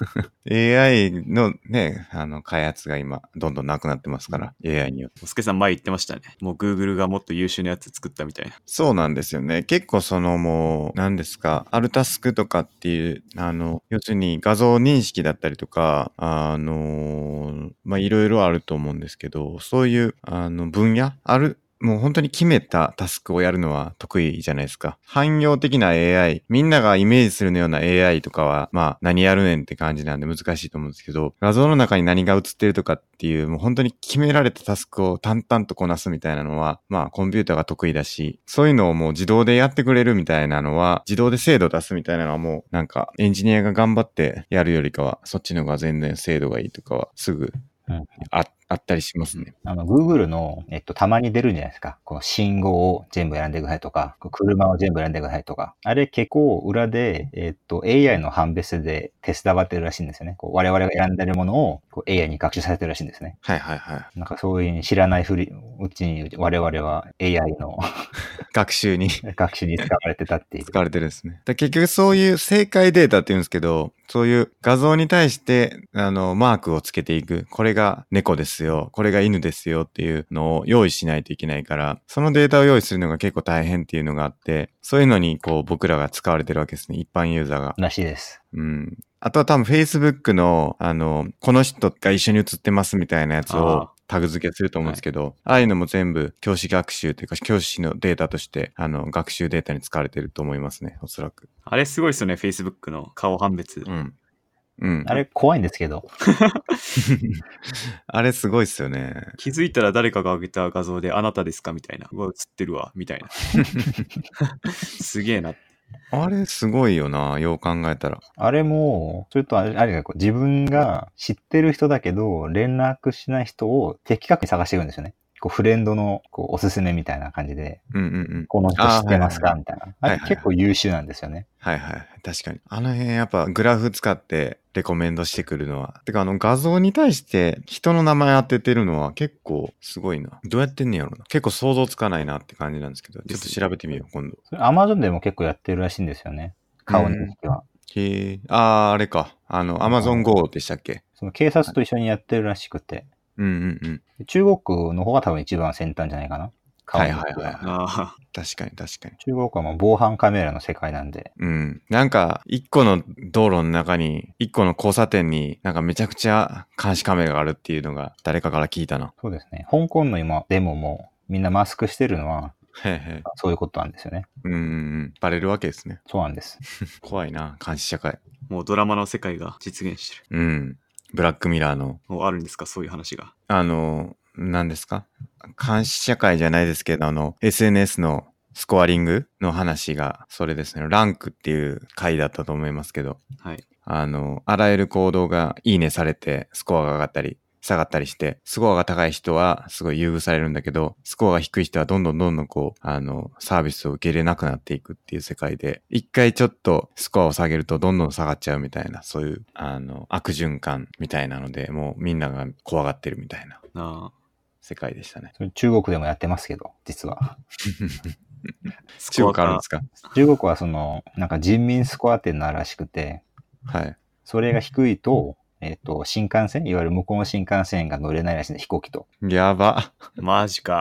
AI のね、開発が今、どんどんなくなってますから、AI によって。 おすけさん前言ってましたね。もう Google がもっと優秀なやつ作ったみたいな。 そうなんですよね。結構もう、何ですか、アルタスクとかっていう、要するに画像認識だったりとか、まあ、いろいろあると思うんですけど、そういう、分野もう本当に決めたタスクをやるのは得意じゃないですか。汎用的な AI、みんながイメージするような AI とかは、まあ何やるねんって感じなんで難しいと思うんですけど、画像の中に何が映ってるとかっていう、もう本当に決められたタスクを淡々とこなすみたいなのは、まあコンピューターが得意だし、そういうのをもう自動でやってくれるみたいなのは、自動で精度を出すみたいなのはもうなんかエンジニアが頑張ってやるよりかは、そっちの方が全然精度がいいとかはすぐあったりしますね。 Google の、たまに出るんじゃないですか。この信号を全部選んでくださいとか、車を全部選んでくださいとか。あれ結構裏で、AI の判別で手伝わってるらしいんですよね。こう我々が選んでるものをこう AI に学習させてるらしいんですね。 はいはいはい。 なんかそういう知らないうちに我々は AI の学習に学習に使われてたっていう。 使われてるんですね。結局そういう正解データって言うんですけど、そういう画像に対して、マークをつけていく。これが猫ですよ。これが犬ですよっていうのを用意しないといけないから、そのデータを用意するのが結構大変っていうのがあって、そういうのにこう僕らが使われてるわけですね。一般ユーザーが。 らしいです。 うん。あとは多分 Facebook の、この人が一緒に写ってますみたいなやつをタグ付けすると思うんですけど、ああいうのも全部教師学習というか、教師のデータとして、学習データに使われてると思いますね、おそらく。 あれすごいですよね、Facebook の顔判別。 うん。うん。 あれ怖いんですけど。 あれすごいっすよね。 気づいたら誰かが上げた画像であなたですかみたいな。うわ、映ってるわ、みたいな。すげえな。 あれすごいよな、よう考えたら。 あれも、それとあれが自分が知ってる人だけど、連絡しない人を的確に探していくんですよね。こうフレンドのこうおすすめみたいな感じで、 うんうんうん。 この人知ってますか、 はいはいはいみたいな。 はいはいあれ結構優秀なんですよね。 はいはい。確かに。あの辺やっぱグラフ使ってレコメンドしてくるのは。てか画像に対して人の名前当ててるのは結構すごいな。どうやってんねやろな。結構想像つかないなって感じなんですけど、ちょっと調べてみよう、今度。 それ Amazon でも結構やってるらしいんですよね。顔認識は。 へえ。あれか。Amazon Go でしたっけ？ その警察と一緒にやってるらしくて。 うんうんうん。 中国の方が多分一番先端じゃないかな。 はいはいはい。 あ確かに確かに。 中国はもう防犯カメラの世界なんで。 うん。なんか、一個の道路の中に、一個の交差点になんかめちゃくちゃ監視カメラがあるっていうのが誰かから聞いたな。 そうですね。香港の今、デモもみんなマスクしてるのは、 へへ。 そういうことなんですよね。 バレるわけですね。 そうなんです。 怖いな、監視社会。 もうドラマの世界が実現してる。 うん。ブラックミラーの。 もうあるんですか、そういう話が。 何ですか？監視社会じゃないですけど、SNS のスコアリングの話が、それですね。ランクっていう回だったと思いますけど、 はい。 あらゆる行動がいいねされて、スコアが上がったり、下がったりして、スコアが高い人はすごい優遇されるんだけど、スコアが低い人はどんどんこう、サービスを受け入れなくなっていくっていう世界で、一回ちょっとスコアを下げるとどんどん下がっちゃうみたいな、そういう、悪循環みたいなので、もうみんなが怖がってるみたいなあ世界でしたね。 それ中国でもやってますけど、実は。 中国あるんですか？ 中国はなんか人民スコアっていうのあるらしくて、 はい。 それが低いと、新幹線、いわゆる向こうの新幹線が乗れないらしいんで、飛行機と。 やば。 マジか。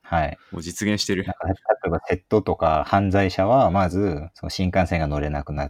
はい。 もう実現してる。 なんか例えば窃盗とか犯罪者はまずその新幹線が乗れなくなって、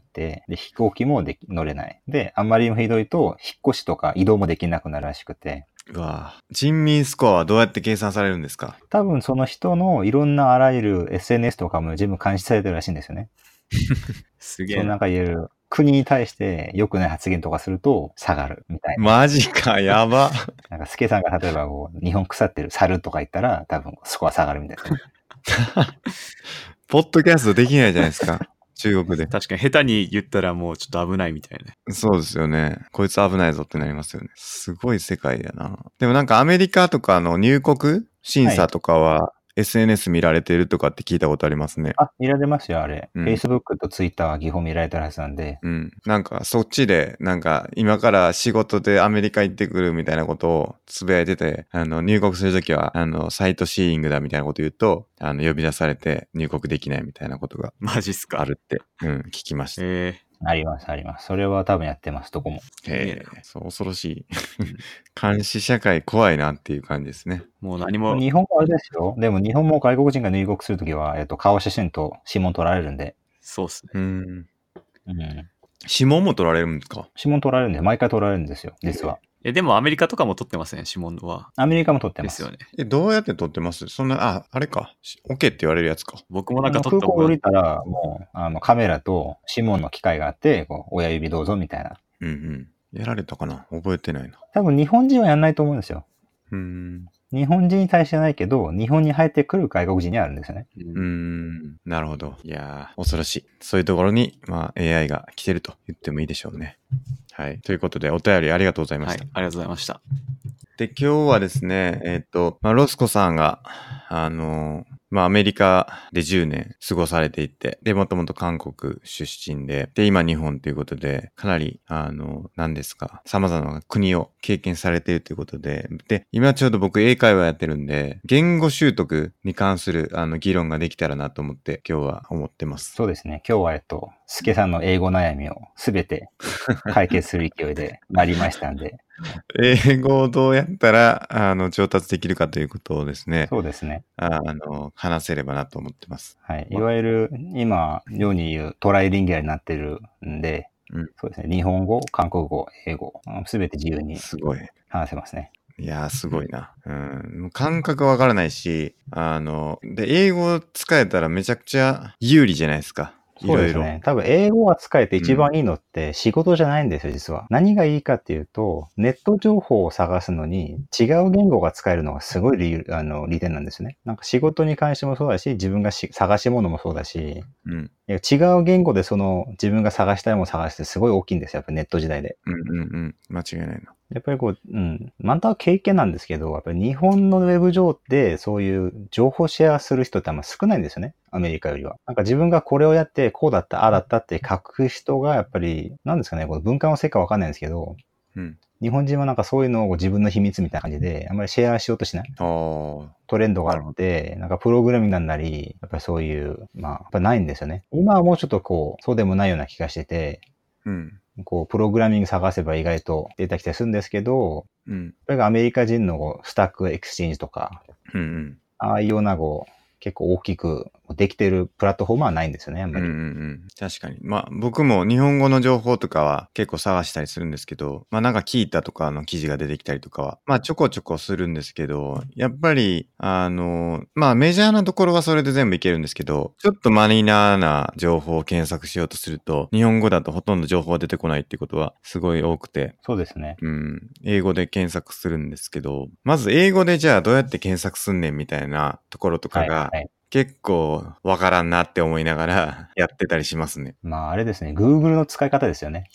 で飛行機も乗れない。で、あんまりにもひどいと引っ越しとか移動もできなくなるらしくて。 うわぁ。人民スコアはどうやって計算されるんですか？ 多分その人のいろんなあらゆる SNS とかも全部監視されてるらしいんですよね。そのすげえな。 なんかいわゆる国に対して良くない発言とかすると下がるみたいな。 マジか、やば。 なんかスケさんが例えばこう日本腐ってる猿とか言ったら多分スコア下がるみたいですね。 ポッドキャストできないじゃないですか。中国で。 確かに下手に言ったらもうちょっと危ないみたいな。 そうですよね。こいつ危ないぞってなりますよね。すごい世界だな。でもなんかアメリカとかの入国審査とかは SNS 見られてるとかって聞いたことありますね。 あ、見られますよ、あれ。 うん Facebook と Twitter は基本見られてるはずなんで。 うん。なんかそっちでなんか今から仕事でアメリカ行ってくるみたいなことをつぶやいてて、入国するときはサイトシーイングだみたいなこと言うと、呼び出されて入国できないみたいなことがマジっすか。 あるって、聞きました。 あります、あります。それは多分やってます、どこも。 そう、恐ろしい。監視社会怖いなっていう感じですね。 もう何も。 日本もあれですよ。でも日本も外国人が入国するときは、顔写真と指紋取られるんで。 そうっすね。 うん。 指紋も取られるんですか？ 指紋取られるんで、毎回取られるんですよ、実は。 でもアメリカとかも取ってますね、指紋は。 アメリカも取ってます。 ですよね。 どうやって取ってます？そんな、あれか。OK って言われるやつか。 僕もなんか取った空港降りたら、もう、カメラと指紋の機械があって、こう親指どうぞみたいな。 うんうん。やられたかな？覚えてないな。 多分日本人はやんないと思うんですよ。日本人に対してないけど、日本に入ってくる外国人にはあるんですよね。 なるほど。いやー、恐ろしい。そういうところに、AI が来てると言ってもいいでしょうね。はい。ということで、お便りありがとうございました。 はい、ありがとうございました。 で、今日はですね、ロスコさんが、アメリカで10年過ごされていて、で、もともと韓国出身で、で、今日本ということで、かなり、何ですか、様々な国を経験されているということで、で、今ちょうど僕英会話やってるんで、言語習得に関する、議論ができたらなと思って、今日は思ってます。 そうですね。今日は、スケさんの英語悩みをすべて解決する勢いでなりましたんで。 英語をどうやったら、上達できるかということをですね。 そうですね。 話せればなと思ってます。 はい。いわゆる、今、世に言うトライリンギャルになってるんで、そうですね。日本語、韓国語、英語、すべて自由に話せますね。 いやー、すごいな。感覚わからないし、で、英語使えたらめちゃくちゃ有利じゃないですか。 そうですね。多分英語が使えて一番いいのって仕事じゃないんですよ、実は。何がいいかっていうと、ネット情報を探すのに違う言語が使えるのがすごい利点なんですね。なんか仕事に関してもそうだし、自分が探し物もそうだし、違う言語で自分が探したいものを探してすごい大きいんですよ、やっぱネット時代で。 間違いないな。 やっぱりまたは経験なんですけど、やっぱり日本のウェブ上ってそういう情報シェアする人ってあんま少ないんですよね。アメリカよりは。なんか自分がこれをやってこうだった、ああだったって書く人がやっぱり、なんですかね、この文化のせいかわかんないんですけど、日本人はなんかそういうのを自分の秘密みたいな感じで、あんまりシェアしようとしない。トレンドがあって、なんかプログラミングなんなり、やっぱりそういう、やっぱないんですよね。今はもうちょっとそうでもないような気がしてて、プログラミング探せば意外と出てきたりするんですけど、やっぱりアメリカ人のスタックエクスチェンジとか、ああいうような結構大きくできてるプラットフォームはないんですよね、あんまり。 確かに。僕も日本語の情報とかは結構探したりするんですけど、なんか聞いたとかの記事が出てきたりとかは、ちょこちょこするんですけど、やっぱり、メジャーなところはそれで全部いけるんですけど、ちょっとマイナーな情報を検索しようとすると、日本語だとほとんど情報が出てこないっていうことはすごい多くて。 そうですね。 英語で検索するんですけど、まず英語でじゃあどうやって検索すんねんみたいなところとかが、結構わからんなって思いながらやってたりしますね。 あれですね。Google の使い方ですよね。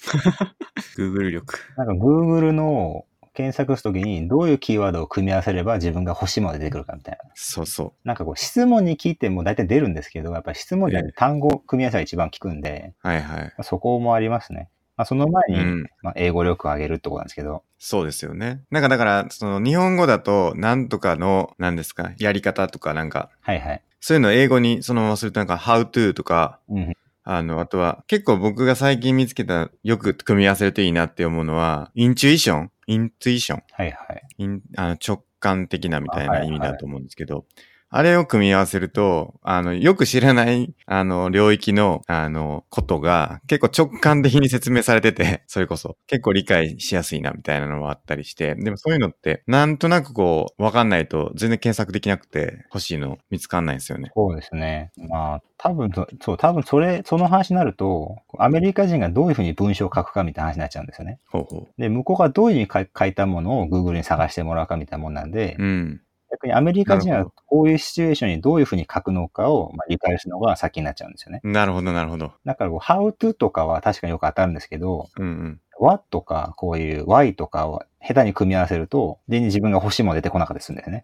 Google 力。 なんか Google の検索するときにどういうキーワードを組み合わせれば自分が欲しいものが出てくるかみたいな。 そうそう。 なんか質問に聞いても大体出るんですけど、やっぱり質問に単語組み合わせが一番効くんで、そこもありますね。その前に、英語力を上げるってことなんですけど。 そうですよね。なんかだから、日本語だと、なんとかの、何ですか、やり方とかなんか、そういうのを英語にそのままするとなんか、how to とか、あとは、結構僕が最近見つけた、よく組み合わせるといいなって思うのは、イントゥイション。直感的なみたいな意味だと思うんですけど、 あれを組み合わせると、よく知らない、領域の、ことが結構直感的に説明されてて、それこそ結構理解しやすいなみたいなのもあったりして、でもそういうのって、なんとなくこう、わかんないと全然検索できなくて、欲しいの見つかんないんですよね。 そうですね。まあ、多分その話になると、アメリカ人がどういうふうに文章を書くかみたいな話になっちゃうんですよね。 ほうほで、向こうがどういうふうに書いたものを Google に探してもらうかみたいなもんなんで、 う。うん。 逆にアメリカ人はなるほど。 こういうシチュエーションにどういうふうに書くのかを理解するのが先になっちゃうんですよね。 なるほど、なるほど。 だからhow to とかは確かによく当たるんですけど、 うんうん。 what とかこういう why とかを下手に組み合わせると、全然自分が欲しいもの出てこなかったりするんですね。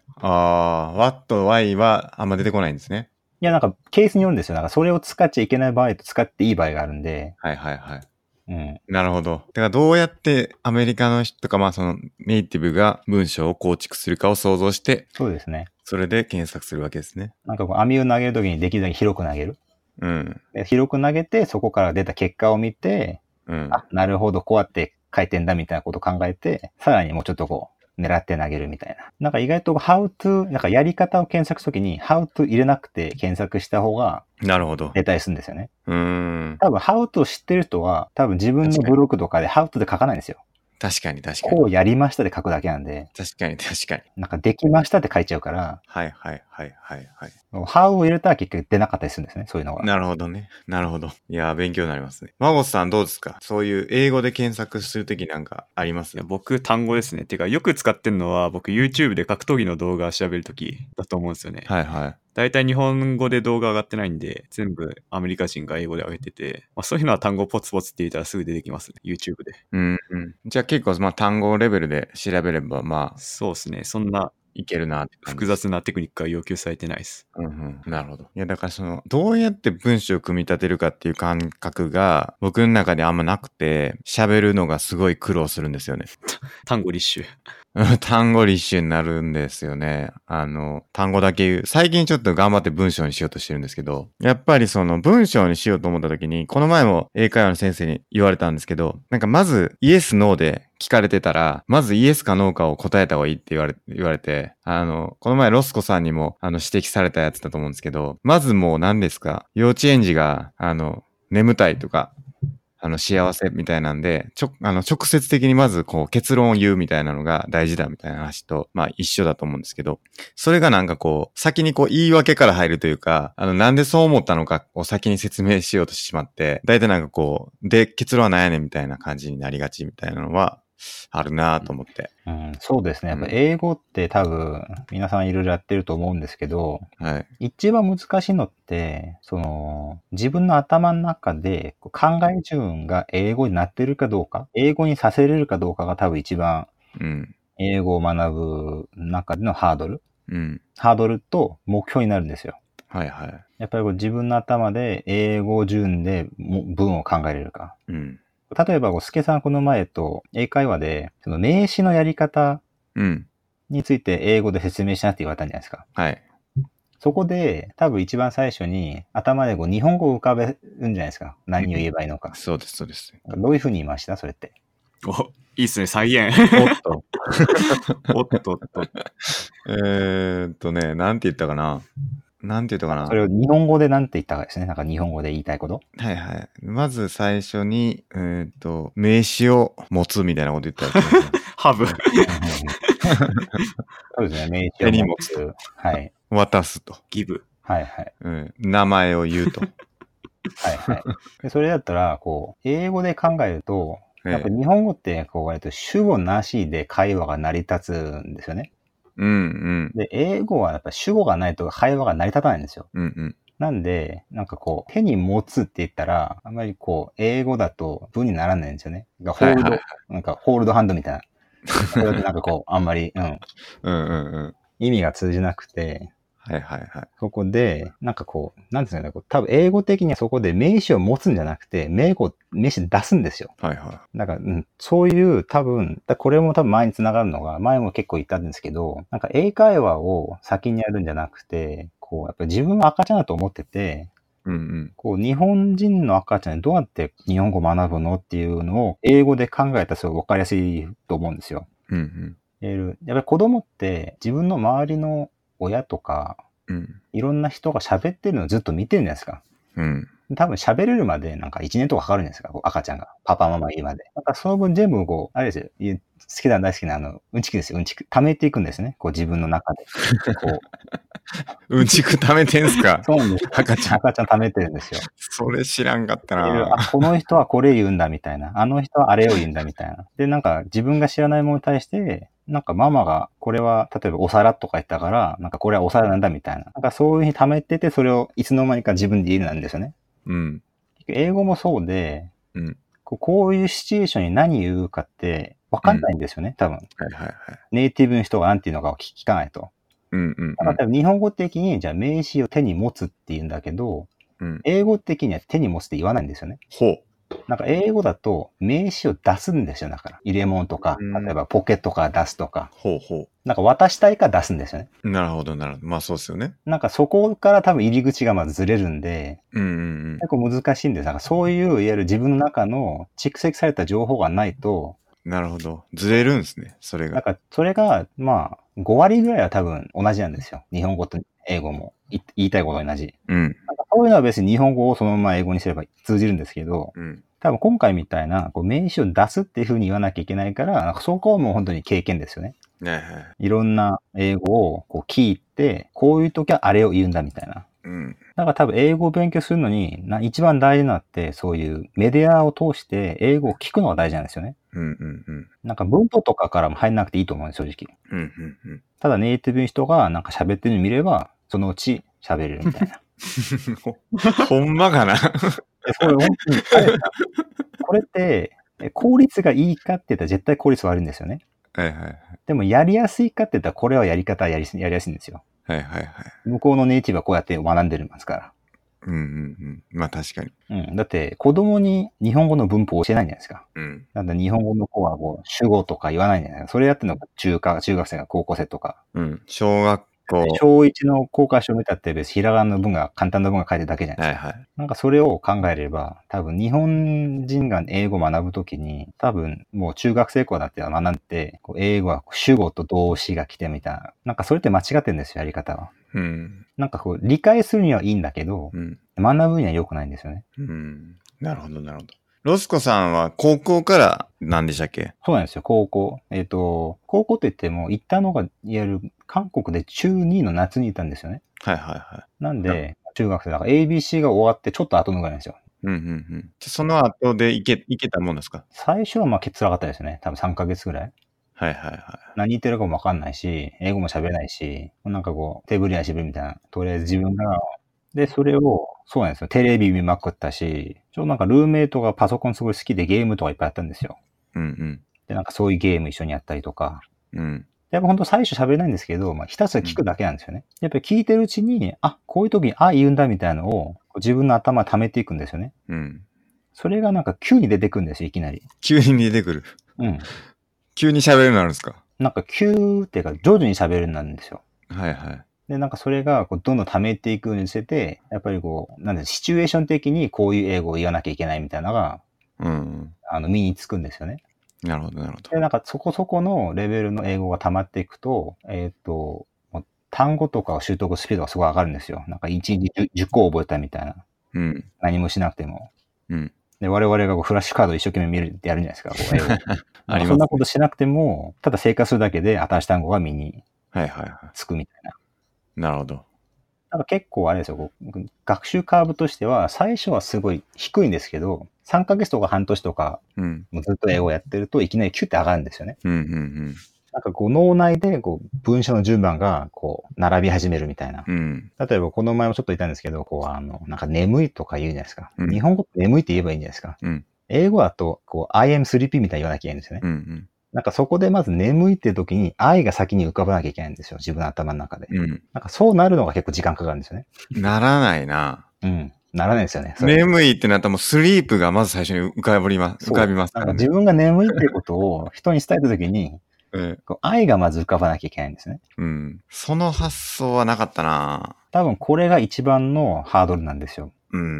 what, why はあんま出てこないんですね。 いや、なんかケースによるんですよ。なんかそれを使っちゃいけない場合と使っていい場合があるんで。 はいはいはい。 うん。 なるほど。だからどうやってアメリカの人とか、まあそのネイティブが文章を構築するかを想像して、 そうですね。 それで検索するわけですね。 なんか網を投げるときにできるだけ広く投げる。 うん。 で広く投げて、そこから出た結果を見て、 うん。 あ、なるほど、こうやって書いてんだみたいなことを考えて、さらにもうちょっとこう、狙って投げるみたいな。なんか意外と how to、なんかやり方を検索するときに how to 入れなくて検索した方がなるほど。 出たりするんですよね。 多分 how to 知ってる人は、多分自分のブログとかで how to で書かないんですよ。 確かに確かに。 こうやりましたで書くだけなんで。 確かに確かに。 なんかできましたって書いちゃうから、 はいはいはいはいはい。 how を入れたら結局出なかったりするんですね、そういうのが。 なるほどね。なるほど。いやー、勉強になりますね。マゴスさんどうですか？そういう英語で検索するときなんかありますいや僕、単語ですね。てか、よく使ってるのは、僕、YouTube で格闘技の動画を調べるときだと思うんですよね。 はいはい。 大体日本語で動画上がってないんで、全部アメリカ人が英語で上げてて、まあ、そういうのは単語ポツポツって言ったらすぐ出てきますね。YouTube で。 うんうん。じゃあ結構まあ単語レベルで調べればまあそうですね。そんないけるなって感じ。 複雑なテクニックは要求されてないです。 うんうん。なるほど。いやだからそのどうやって文章を組み立てるかっていう感覚が僕の中であんまなくて、喋るのがすごい苦労するんですよね。 単語立種。 単語立種になるんですよね。単語だけ言う。最近ちょっと頑張って文章にしようとしてるんですけど、やっぱりその文章にしようと思った時に、この前も英会話の先生に言われたんですけど、なんかまずイエス、ノーで聞かれてたら、まずイエスかノーかを答えた方がいいって言われて、この前ロスコさんにも指摘されたやつだと思うんですけど、まずもう何ですか、幼稚園児が、眠たいとか、幸せみたいなんで、直接的にまずこう結論を言うみたいなのが大事だみたいな話と、まあ一緒だと思うんですけど、それがなんかこう、先にこう言い訳から入るというか、なんでそう思ったのかを先に説明しようとしてしまって、大体なんかこう、で、結論は何やねんみたいな感じになりがちみたいなのは、あるなぁと思って。 うん、そうですね。やっぱ英語って多分皆さんいろいろやってると思うんですけど、 はい。 一番難しいのって、自分の頭の中で考え順が英語になってるかどうか、英語にさせれるかどうかが多分一番英語を学ぶ中でのハードル。ハードルと目標になるんですよ。 はいはい。 やっぱり自分の頭で英語順で文を考えれるか。例えば、スケさんこの前と英会話で、その名詞のやり方について英語で説明しなって言われたんじゃないですか。 はい。 そこで、多分一番最初に頭で日本語を浮かべるんじゃないですか。何を言えばいいのか。 そうです、そうです。 どういうふうに言いましたそれって。 お、いいっすね、再現。 おっと。 おっとっと。 なんて言ったかな。 それを日本語でなんて言ったかですね。なんか日本語で言いたいこと。 はいはい。まず最初に、名詞を持つみたいなこと言ったら、 ハブ。 そうですね。名詞を手に持つ。 はい。 渡すと。 ギブ。 はいはい。 名前を言うと。 はいはい。でそれだったら、英語で考えると、やっぱ日本語って、割と主語なしで会話が成り立つんですよね。で、英語はやっぱ主語がないと会話が成り立たないんですよ。なんで、なんか手に持つって言ったら、あんまり英語だと文にならないんですよね。なんかホールドハンドみたいな。それだとなんかあんまり、意味が通じなくて、そこで、なんかなんですかね、多分英語的にはそこで名詞を持つんじゃなくて、名詞出すんですよ。なんか、そういう多分、これも多分前に繋がるのが、前も結構言ったんですけど、なんか英会話を先にやるんじゃなくて、やっぱり自分は赤ちゃんだと思ってて、日本人の赤ちゃんにどうやって日本語を学ぶのっていうのを英語で考えたらすごい分かりやすいと思うんですよ。やっぱり子供って自分の周りの親とかうん。 いろんな人が喋ってるのをずっと見てるんじゃないですか。 うん。 多分喋れるまでなんか1年とかかかるんじゃないですか、こう赤ちゃんが。パパママ言うまで。だからその分全部こう、あれですよ、好きな大好きなうんちくですよ、うんちく。溜めていくんですね、こう自分の中で。こう。 うんちく溜めてんすか？ そうなんですよ。 赤ちゃん。 赤ちゃん溜めてるんですよ。 それ知らんかったあ、 な。 この人はこれ言うんだみたいな。あの人はあれを言うんだみたいな。で、なんか自分が知らないものに対して、なんかママがこれは例えばお皿とか言ったから、なんかこれはお皿なんだみたいな。なんかそういうふうに溜めてて、それをいつの間にか自分で言うようになるんですよね。 うん。 英語もそうで、 うん。 こういうシチュエーションに何言うかって分かんないんですよね、多分。 はいはいはい。 ネイティブの人が何て言うのかを聞かないと。 うんうんだから多分日本語的に、じゃあ名詞を手に持つって言うんだけど、 うん。 英語的には手に持つって言わないんですよね。 ほう。 なんか英語だと名詞を出すんですよ、だから。入れ物とか、例えばポケットから出すとか。 ほうほなんか渡したいから出すんですよね。 う。なるほどなるほど。まあそうですよね。 なんかそこから多分入り口がまずずれるんで、 うんうん結構難しいんです。なんかそういういわゆる自分の中の蓄積された情報がないと、 うん。なるほど。ずれるんですね、それが。 なんかそれがまあ5割ぐらいは多分同じなんですよ。日本語と英語も言いたいこと同じ。 うん。 なんかそういうのは別に日本語をそのまま英語にすれば通じるんですけど、 うん。 多分今回みたいなこう名詞を出すっていう風に言わなきゃいけないから、なんかそこはもう本当に経験ですよね。 ねはい。 いろんな英語をこう聞いて、こういう時はあれを言うんだみたいな。 うん。 だから多分英語を勉強するのに一番大事なって、そういうメディアを通して英語を聞くのが大事なんですよね。 うんうんうん。 なんか文法とかからも入んなくていいと思うんです、正直。 うんうんうん。 ただネイティブの人がなんか喋ってるの見れば、そのうち喋れるみたいな。 ほんまかな。 それ本当に、あれですかこれって、効率がいいかって言ったら絶対効率悪いんですよね。 はいはいはい。 でもやりやすいかって言ったらこれはやり方はやりやすいんですよ。 はいはいはい。 向こうのネイティブはこうやって学んでますから。 うんうんうん。まあ確かに。 うん。だって子供に日本語の文法を教えないんじゃないですか。 うん。 なんだ日本語の子はこう主語とか言わないんじゃないですか。それやってるのが中学生が高校生とか。 うん。小学校。 小1の公開書を見たって別にひらがなの文が、簡単な文が書いてるだけじゃないですか。 はいはい。 なんかそれを考えれば、多分日本人が英語を学ぶときに、多分もう中学生以降だって学んで、こう英語は主語と動詞が来てみたいな。なんかそれって間違ってるんですよ、やり方は。 うん。 なんかこう理解するにはいいんだけど、 うん。 学ぶには良くないんですよね。 うん。なるほどなるほど。ロスコさんは高校から何でしたっけ？ そうなんですよ、高校。高校といっても行ったのが、いわゆる韓国で中2の夏に行ったんですよね。 はいはいはい。 なんで、中学生だから ABC が終わってちょっと後のぐらいなんですよ。 うんうんうん。その後で行けたもんですか？ 最初はまあ辛かったですね。多分3ヶ月ぐらい。 はいはいは何言ってるかもわかんないし、英語も喋れないし、なんかこう、手振り足振りみたいな。とりあえず自分が、で、それを、そうなんですよ。テレビ見まくったし、なんかルーメイトがパソコンすごい好きでゲームとかいっぱいやったんですよ。 い。うんで、なんかそういうゲーム一緒にやったりとか。 うん。うん。 やっぱほんと最初喋れないんですけど、まあひたすら聞くだけなんですよね。やっぱり聞いてるうちに、あ、こういう時に、あ、言うんだみたいなのを自分の頭に溜めていくんですよね。 うん。 それがなんか急に出てくるんですよ、いきなり。 急に出てくる。 うん。 急に喋るようになるんですか？ なんか急っていうか徐々に喋るようになるんですよ。 はいはい。 で、なんかそれがこうどんどん溜めていくようにしてて、やっぱりこう、なんでシチュエーション的にこういう英語を言わなきゃいけないみたいなのが、 うん。 身につくんですよね。 なるほどなるほど。 で、なんかそこそこのレベルの英語が溜まっていくと、もう単語とかを習得スピードがすごい上がるんですよ。なんか1日 10個覚えたみたいな。 うん。 何もしなくても。 うん。 で、我々がこうフラッシュカードを一生懸命見るってやるじゃないですか、こう英語。 ありますねそんなことしなくても、ただ生活するだけで新しい単語が身にはいはいはつくみたいな。 い。なるほど。 なんか結構あれですよ、こう学習カーブとしては、最初はすごい低いんですけど、3ヶ月とか半年とか、 うん。 もうずっと英語をやってると、いきなりキュッて上がるんですよね。 うんうんなんかこう脳内でこう文章の順番がこう並び始めるみたいな。 うん。うん。 例えばこの前もちょっと言ったんですけど、こうなんか眠いとか言うじゃないですか。 うん日本語って眠いって言えばいいんじゃないですか。 うん。 英語だと、こう I am sleepy みたいに言わなきゃいけないんですよね。 うんなんかそこでまず眠いって時に I が先に浮かばなきゃいけないんですよ。自分の頭の中で。 うん。うん。 なんかそうなるのが結構時間かかるんですよね。 ならないな。 うん。ならないですよね。それ眠いってなったらもうスリープがまず最初に浮かびますそうからね。 なんか自分が眠いっていうことを人に伝えた時に、 うん。 こう愛がまず浮かばなきゃいけないんですね。 うん。その発想はなかったな。 多分これが一番のハードルなんですよ。 うん。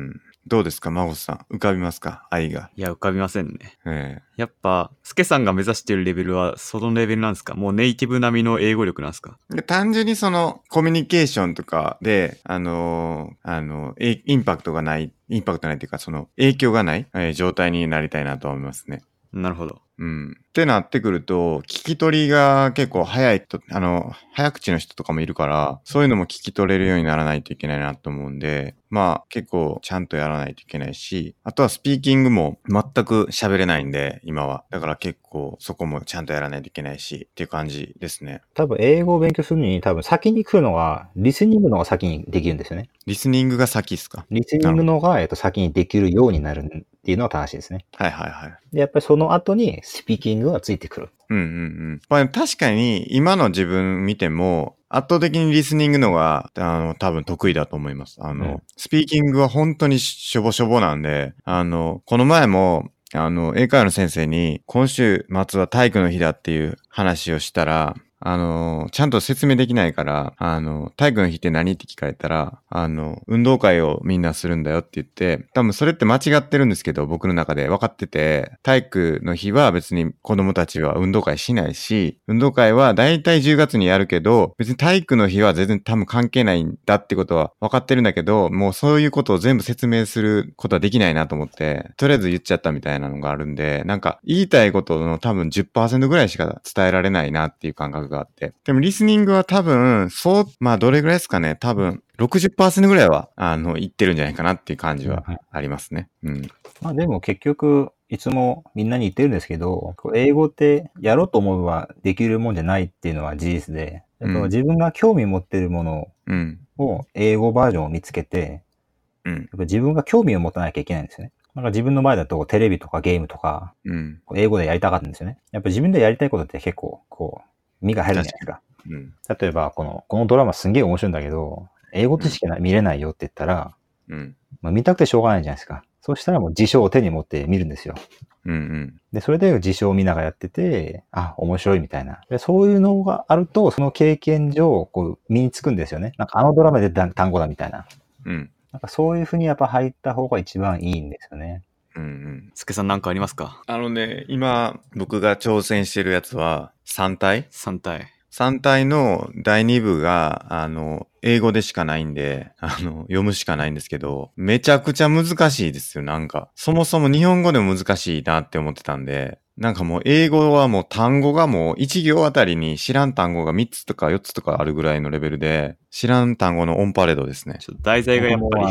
どうですか、孫さん。浮かびますか、愛が。 いや、浮かびませんね。 ええ。 やっぱ、スケさんが目指しているレベルは、そのレベルなんですか？もうネイティブ並みの英語力なんですか？ で単純にそのコミュニケーションとかで、インパクトないっていうか、その影響がない、状態になりたいなと思いますね。 なるほど。 うん。ってなってくると、聞き取りが結構早いと、早口の人とかもいるから、そういうのも聞き取れるようにならないといけないなと思うんで、まあ結構ちゃんとやらないといけないし、あとはスピーキングも全く喋れないんで、今は。だから結構そこもちゃんとやらないといけないし、っていう感じですね。 多分英語を勉強するのに多分先に来るのが、リスニングの方が先にできるんですよね。 リスニングが先っすか？ リスニングの方が、先にできるようになるっていうのは正しいですね。 はいはいはい。 で、やっぱりその後にスピーキングがついてくる。 うんうんうん。まあ、確かに今の自分見ても、圧倒的にリスニングのが、多分得意だと思います。スピーキングは本当にしょぼしょぼなんで、この前も、英会話の先生に、今週末は体育の日だっていう話をしたら、ちゃんと説明できないから、体育の日って何って聞かれたら、運動会をみんなするんだよって言って、多分それって間違ってるんですけど、僕の中で分かってて、体育の日は別に子供たちは運動会しないし、運動会はだいたい10月にやるけど、別に体育の日は全然多分関係ないんだってことは分かってるんだけど、もうそういうことを全部説明することはできないなと思って、とりあえず言っちゃったみたいなのがあるんで、なんか言いたいことの多分 10% ぐらいしか伝えられないなっていう感覚があって。でもリスニングは多分、まあどれぐらいですかね、多分 60% ぐらいは、言ってるんじゃないかなっていう感じはありますね。うん。 まあでも結局、いつもみんなに言ってるんですけど、英語ってやろうと思えばできるもんじゃないっていうのは事実で、やっぱ自分が興味持ってるものを英語バージョンを見つけて、やっぱ自分が興味を持たなきゃいけないんですよね。なんか自分の場合だとテレビとかゲームとか、英語でやりたかったんですよね。やっぱ自分でやりたいことって結構、身が入るじゃないですか。例えば、このドラマすんげえ面白いんだけど、英語でしか見れないよって言ったら、まあ、見たくてしょうがないじゃないですか。そうしたらもう辞書を手に持って見るんですよ。で、それで辞書を見ながらやってて、あ、面白いみたいな。で、そういうのがあると、その経験上、身につくんですよね。なんかあのドラマで単語だみたいな。なんかそういうふうにやっぱ入った方が一番いいんですよね。 スケさんなんかありますか？ 今、僕が挑戦してるやつは、3体 ?3 体。 3体の第2部が、英語でしかないんで、読むしかないんですけど、めちゃくちゃ難しいですよ、なんか。そもそも日本語でも難しいなって思ってたんで、なんかもう英語はもう単語がもう1行あたりに知らん単語が3つとか4つとかあるぐらいのレベルで、知らん単語のオンパレードですね。 ちょっと題材がやっぱり。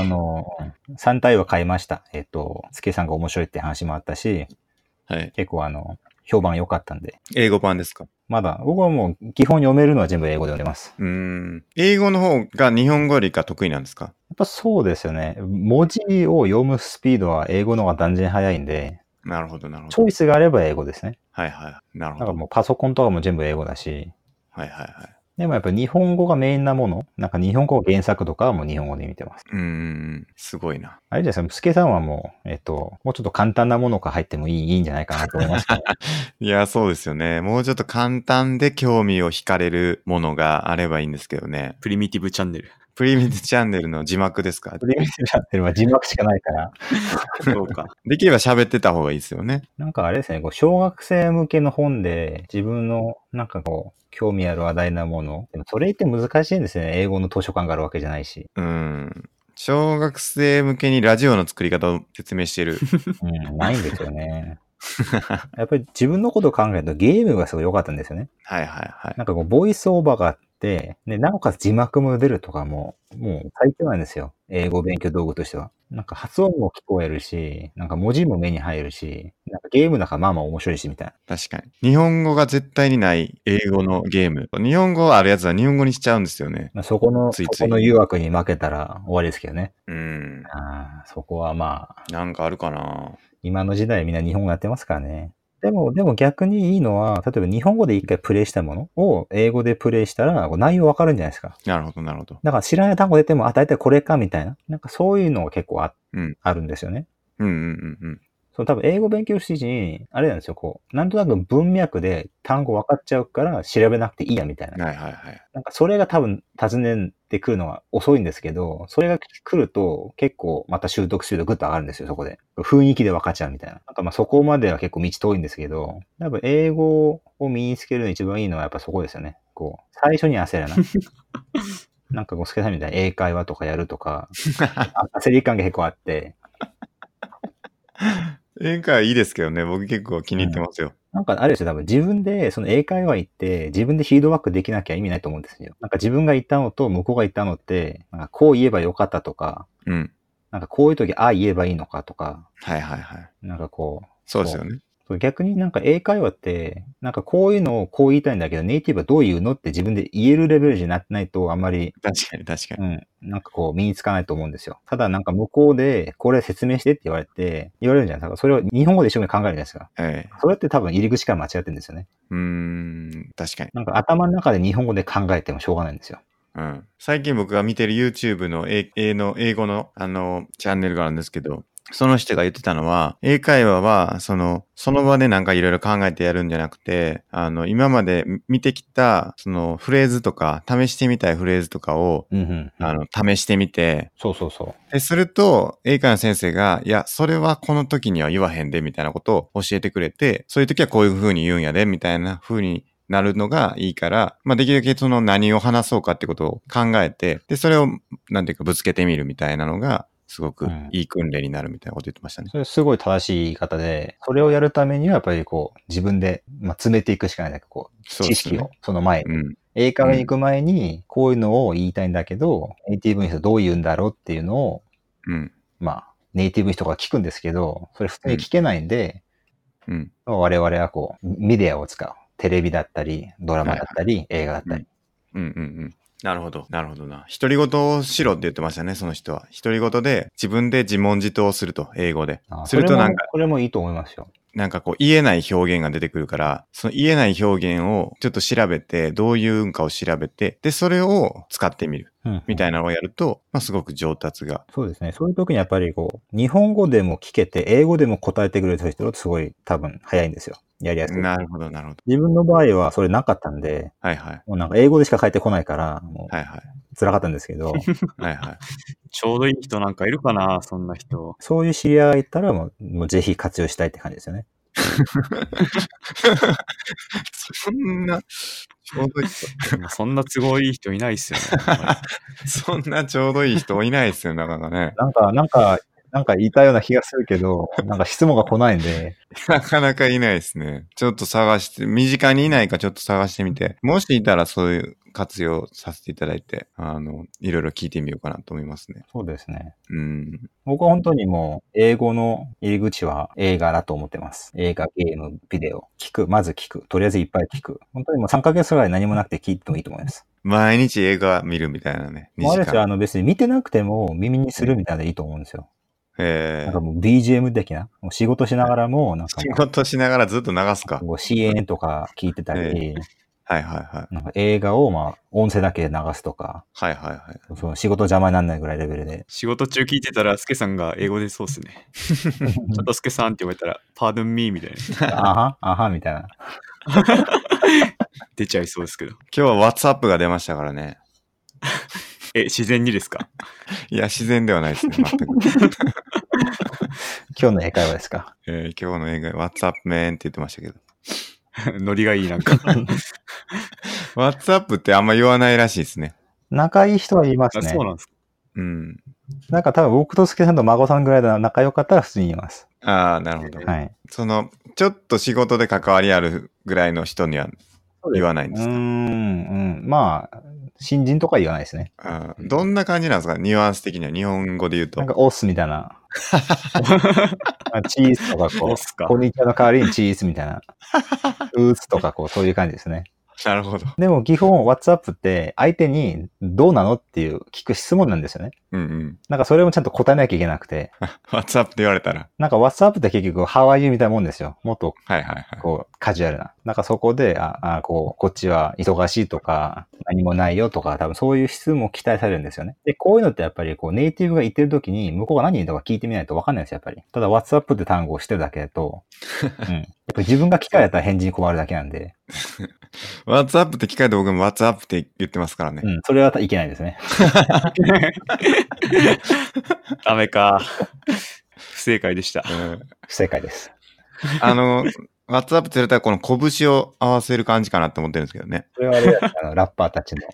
3体は買いました。スケさんが面白いって話もあったし、 はい。 結構評判良かったんで。 英語版ですか？ まだ、僕はもう基本読めるのは全部英語で読んでます。 英語の方が日本語よりか得意なんですか？ やっぱそうですよね。文字を読むスピードは英語の方が断然早いんで。 なるほど、なるほど。 チョイスがあれば英語ですね。 はいはい。なるほど。 だからもうパソコンとかも全部英語だし。 はいはいはい。 でもやっぱ日本語がメインなもの、なんか日本語原作とかはもう日本語で見てます。 すごいな。 あれじゃないですか、スケさんはもう、もうちょっと簡単なものが入ってもいいんじゃないかなと思いますけど。 いや、そうですよね。もうちょっと簡単で興味を惹かれるものがあればいいんですけどね。 プリミティブチャンネル。 プリミティブチャンネルの字幕ですか？ プリミティブチャンネルは字幕しかないから。 そうか。 できれば喋ってた方がいいですよね。 なんかあれですね、小学生向けの本で自分のなんか興味ある話題なもの。でもそれって難しいんですね。英語の図書館があるわけじゃないし。 小学生向けにラジオの作り方を説明してる。 ないんですよね。やっぱり自分のことを考えるとゲームがすごい良かったんですよね。 はいはいはい。 なんかボイスオーバーがあって、で、なおかつ字幕も出るとかもう最強なんですよ。英語勉強道具としては。なんか発音も聞こえるし、なんか文字も目に入るし、なんかゲームなんかまあまあ面白いしみたいな。確かに。日本語が絶対にない英語のゲーム。日本語あるやつは日本語にしちゃうんですよね。 そこの誘惑に負けたら終わりですけどね。そこはまあ。 なんかあるかな。 今の時代みんな日本語やってますからね。でも逆にいいのは、例えば日本語で一回プレイしたものを英語でプレイしたら内容わかるんじゃないですか。 なるほど、なるほど。 だから知らない単語出ても、大体これかみたいな。なんかそういうのが結構あるんですよね。 多分英語勉強してるうちに、あれなんですよ、こう、なんとなく文脈で単語分かっちゃうから調べなくていいやみたいな。 はいはいはい。 なんかそれが多分尋ねてくるのが遅いんですけど、それが来ると結構また習得するとグッと上がるんですよ、そこで。雰囲気で分かっちゃうみたいな。なんかまあそこまでは結構道遠いんですけど、多分英語を身につけるのに一番いいのはやっぱそこですよね。こう、最初に焦らない。なんか、スケさんみたいに英会話とかやるとか、焦り感が結構あって。 英会話いいですけどね、僕結構気に入ってますよ。 なんかあれですよ、多分自分でその英会話行って自分でフィードバックできなきゃ意味ないと思うんですよ。なんか自分が言ったのと向こうが言ったのって、なんかこう言えばよかったとか、なんかこういう時ああ言えばいいのかとか、 はいはいはい。 なんかこう。 そうですよね。 逆になんか英会話って、なんかこういうのをこう言いたいんだけど、ネイティブはどう言うのって自分で言えるレベルじゃなってないとあんまり。 確かに確かに。 なんかこう身につかないと思うんですよ。ただなんか向こうでこれ説明してって言われるじゃないですか。それを日本語で一生懸命考えるじゃないですか。それって多分入り口から間違ってるんですよね。 確かに。 なんか頭の中で日本語で考えてもしょうがないんですよ。 最近僕が見てる YouTube の英語のチャンネルがあるんですけど、その人が言ってたのは、英会話は、その場でなんかいろいろ考えてやるんじゃなくて、今まで見てきた、そのフレーズとか、試してみたいフレーズとかを、試してみて、すると、英会話の先生が、いや、それはこの時には言わへんで、みたいなことを教えてくれて、そういう時はこういう風に言うんやで、みたいな風になるのがいいから、まあ、できるだけその何を話そうかってことを考えて、で、それを、なんていうかぶつけてみるみたいなのが、すごくいい訓練になるみたいなこと言ってましたね。 それすごい正しい言い方で、それをやるためにはやっぱりこう、自分で、詰めていくしかないんだけど、こう、知識を、その前に。英会話に行く前に、こういうのを言いたいんだけど、ネイティブの人どう言うんだろうっていうのを、ネイティブの人が聞くんですけど、それ普通に聞けないんで、我々はこう、メディアを使う。テレビだったり、ドラマだったり、映画だったり。 なるほど。なるほどな。独り言をしろって言ってましたね、その人は。独り言で自分で自問自答すると、英語で。するとなんか、 これもいいと思いますよ。 なんかこう言えない表現が出てくるから、その言えない表現をちょっと調べて、どういうんかを調べて、で、それを使ってみる。みたいなのをやると、すごく上達が。 そうですね。そういう時にやっぱりこう、日本語でも聞けて、英語でも答えてくれる人だとすごい多分早いんですよ。やりやすい。 なるほど、なるほど。 自分の場合はそれなかったんで、もうなんか英語でしか返ってこないから、もう辛かったんですけど。 ちょうどいい人なんかいるかな、そんな人。 そういう知り合いがいたらもうぜひ活用したいって感じですよね。 そんな、ちょうどいい人。 そんな都合いい人いないっすよね。 そんなちょうどいい人いないっすよ、なかなかね。 なんか言いたいような気がするけど、なんか質問が来ないんで。 なかなかいないですね。ちょっと探して、身近にいないかちょっと探してみて、もしいたらそういう活用させていただいて、いろいろ聞いてみようかなと思いますね。 そうですね。僕は本当にもう、英語の入り口は映画だと思ってます。映画、ゲーム、ビデオ。まず聞く。とりあえずいっぱい聞く。本当にもう3ヶ月ぐらい何もなくて聞いてもいいと思います。 毎日映画見るみたいなね。 あれですよ、別に見てなくても耳にするみたいなでいいと思うんですよ。なんかもう BGM 的な。もう仕事しながらも、なんか仕事しながらずっと流すか。 CNN とか聞いてたり、 なんか映画を音声だけ流すとか。その仕事邪魔にならないぐらいレベルで。 仕事中聞いてたら、スケさんが英語でそうっすね。ちょっとスケさんって言われたら、Pardon me みたいな。 あはみたいな。 出ちゃいそうですけど。 今日は WhatsApp が出ましたからね。 自然にですか？ いや、自然ではないですね、全く。 今日の英会話ですか？ 今日の英会話、WhatsApp man って言ってましたけど。 ノリがいい、なんか。 WhatsApp ってあんま言わないらしいですね。 仲いい人は言いますね。 そうなんですか？ なんか多分僕とスケさんと孫さんぐらいで仲良かったら普通に言います。 なるほど。ちょっと仕事で関わりあるぐらいの人には言わないんですか？ 新人とか言わないですね。 どんな感じなんですか？ニュアンス的には日本語で言うと。 なんかオスみたいな。チーズとかこんにちはの代わりにチーズみたいな。ウーツとかそういう感じですね。 なるほど。 でも基本 WhatsApp って相手にどうなのっていう聞く質問なんですよね。 うん。 なんかそれもちゃんと答えなきゃいけなくて。 WhatsApp って言われたら。 なんか WhatsApp って結局 How are you みたいなもんですよ。もっとはいはいはい。 こうカジュアルな。なんかそこで、こっちは忙しいとか、何もないよとか、多分そういう質も期待されるんですよね。で、こういうのってやっぱりこうネイティブが言ってる時に向こうが何言うとか聞いてみないと分かんないですよ、やっぱり。ただ WhatsApp って単語をしてるだけだと、うん。やっぱ自分が聞かれたら返事に困るだけなんで。 WhatsApp って聞かれて僕も WhatsApp って言ってますからね。 うん、それはいけないですね。 ダメか。不正解でした。 不正解です。 WhatsApp って言われたらこの拳を合わせる感じかなって思ってるんですけどね。 それはあれだラッパーたちの。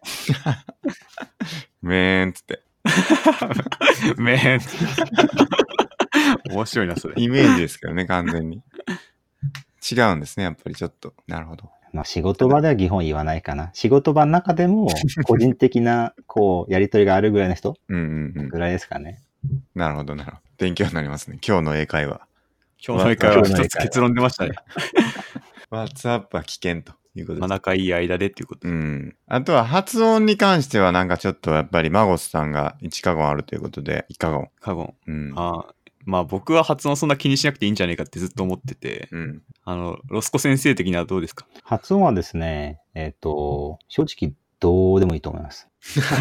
めーんっつって。 めーん。面白いな、それ。 イメージですけどね、完全に。違うんですね、やっぱりちょっと。なるほど。 まあ仕事場では基本言わないかな。仕事場の中でも個人的なこうやりとりがあるぐらいの人ぐらいですかね。 なるほど、なるほど。勉強になりますね。今日の英会話。 今日の英会話一つ結論出ましたね。 WhatsApp は危険ということです。 仲いい間でっていうこと。 あとは発音に関してはなんかちょっとやっぱりマゴスさんが1カゴンあるということで、1カゴン。 カゴン。まあ僕は発音そんな気にしなくていいんじゃないかってずっと思ってて、ロスコ先生的にはどうですか？ 発音はですね、正直どうでもいいと思います。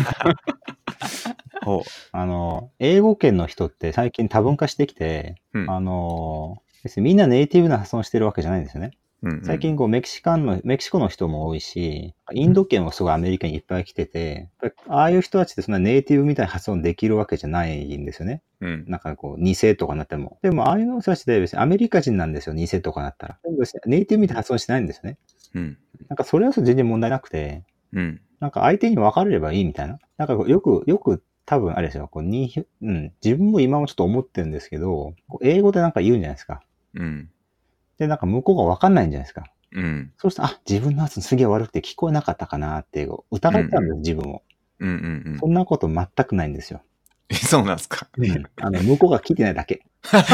英語圏の人って最近多文化してきて、別にみんなネイティブな発音してるわけじゃないんですよね。最近こうメキシコの人も多いし、インド圏もすごいアメリカにいっぱい来てて、ああいう人たちってそんなネイティブみたいな発音できるわけじゃないんですよね。なんかこう、偽とかなっても。でもああいう人たちって別にアメリカ人なんですよ、偽とかなったら。でも別にネイティブみたいな発音してないんですよね。なんかそれは全然問題なくて、なんか相手に分かれればいいみたいな。なんかよく多分あれですよ、こう自分も今もちょっと思ってるんですけど、英語でなんか言うんじゃないですか。で、なんか向こうがわかんないんじゃないですか。そうすると、自分の発音すげえ悪くて聞こえなかったかなって疑っちゃうんです、自分を。そんなこと全くないんですよ。 そうなんですか。 向こうが聞いてないだけ。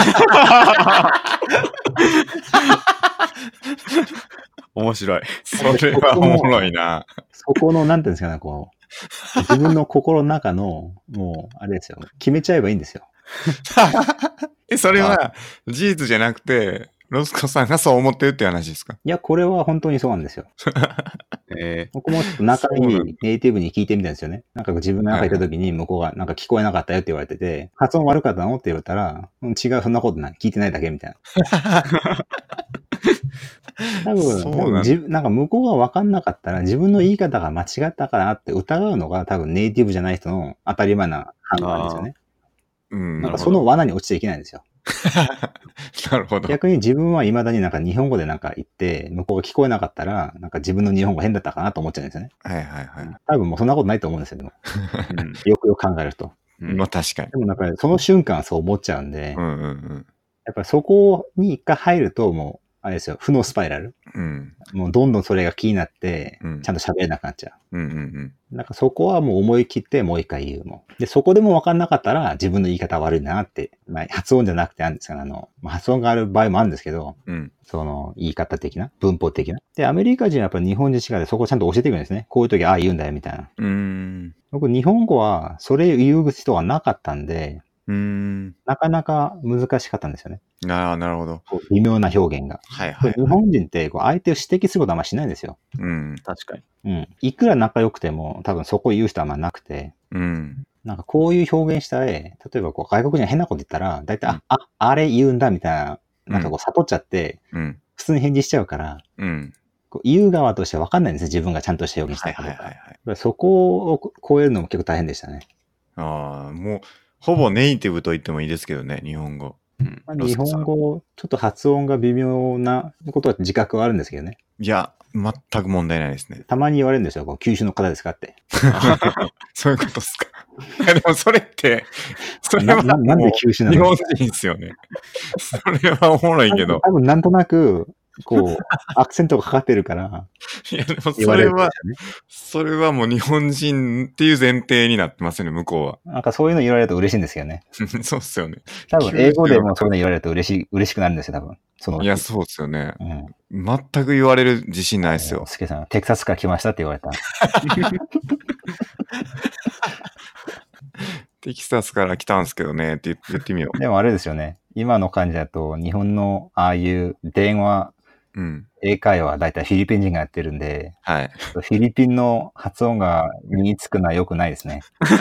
面白い。 それはおもろいな。 そこの、なんていうんですかね、こう、自分の心の中の、もう、あれですよ。決めちゃえばいいんですよ。 それは事実じゃなくて、ロスコさんがそう思ってるっていう話ですか？ いや、これは本当にそうなんですよ。僕もちょっと仲いいネイティブに聞いてみたんですよね。なんか自分が中いた時に向こうがなんか聞こえなかったよって言われてて、発音悪かったのって言われたら、違う、そんなことない。聞いてないだけみたいな。多分なんか向こうが分かんなかったら自分の言い方が間違ったかなって疑うのが多分ネイティブじゃない人の当たり前な判断ですよね。なんかその罠に落ちちゃいけないんですよ。 なるほど。 逆に自分は未だになんか日本語でなんか言って、向こうが聞こえなかったら、なんか自分の日本語変だったかなと思っちゃうんですよね。多分もうそんなことないと思うんですよ、でも。よくよく考えると。 まあ確かに。 でもなんかその瞬間そう思っちゃうんで、やっぱりそこに一回入るともう、あれですよ、負のスパイラル。もうどんどんそれが気になって、ちゃんと喋れなくなっちゃう。なんかそこはもう思い切ってもう一回言うもん。で、そこでも分かんなかったら自分の言い方悪いなって、発音じゃなくてあるんですが、発音がある場合もあるんですけど、その言い方的な、文法的な。で、アメリカ人はやっぱり日本人しかでそこをちゃんと教えてくるんですね。こういう時言うんだよみたいな。僕日本語はそれ言う人はなかったんで、なかなか難しかったんですよね。 なるほど。 微妙な表現が。日本人って相手を指摘することはあんましないんですよ。 確かに。 いくら仲良くても多分そこ言う人はあんまなくて。なんかこういう表現した例えば外国人が変なこと言ったら、だいたいあれ言うんだみたいな、なんか悟っちゃって、普通に返事しちゃうから、言う側としては分かんないんですよ。自分がちゃんとした表現したかどうか。そこを超えるのも結構大変でしたね。 もう、ほぼネイティブと言ってもいいですけどね、日本語。 日本語、ちょっと発音が微妙なことは自覚はあるんですけどね。 いや、全く問題ないですね。 たまに言われるんですよ。九州の方ですかって。 そういうことですか。いや、でもそれって、それはなんで九州なの？ 日本人ですよね。それはおもろいけど。 多分なんとなく、アクセントがかかってるから。 いや、でもそれはもう日本人っていう前提になってますよね、向こうは。 なんかそういうの言われると嬉しいんですよね。 そうっすよね。 多分英語でもそういうの言われると嬉しくなるんですよ、多分。 いや、そうっすよね。全く言われる自信ないっすよ。 スケさん、テキサスから来ましたって言われた。 テキサスから来たんですけどねって言ってみよう。 でもあれですよね。今の感じだと、日本のああいう電話、 うん。 英会話はだいたいフィリピン人がやってるんで、 はい。 フィリピンの発音が身につくのは良くないですね。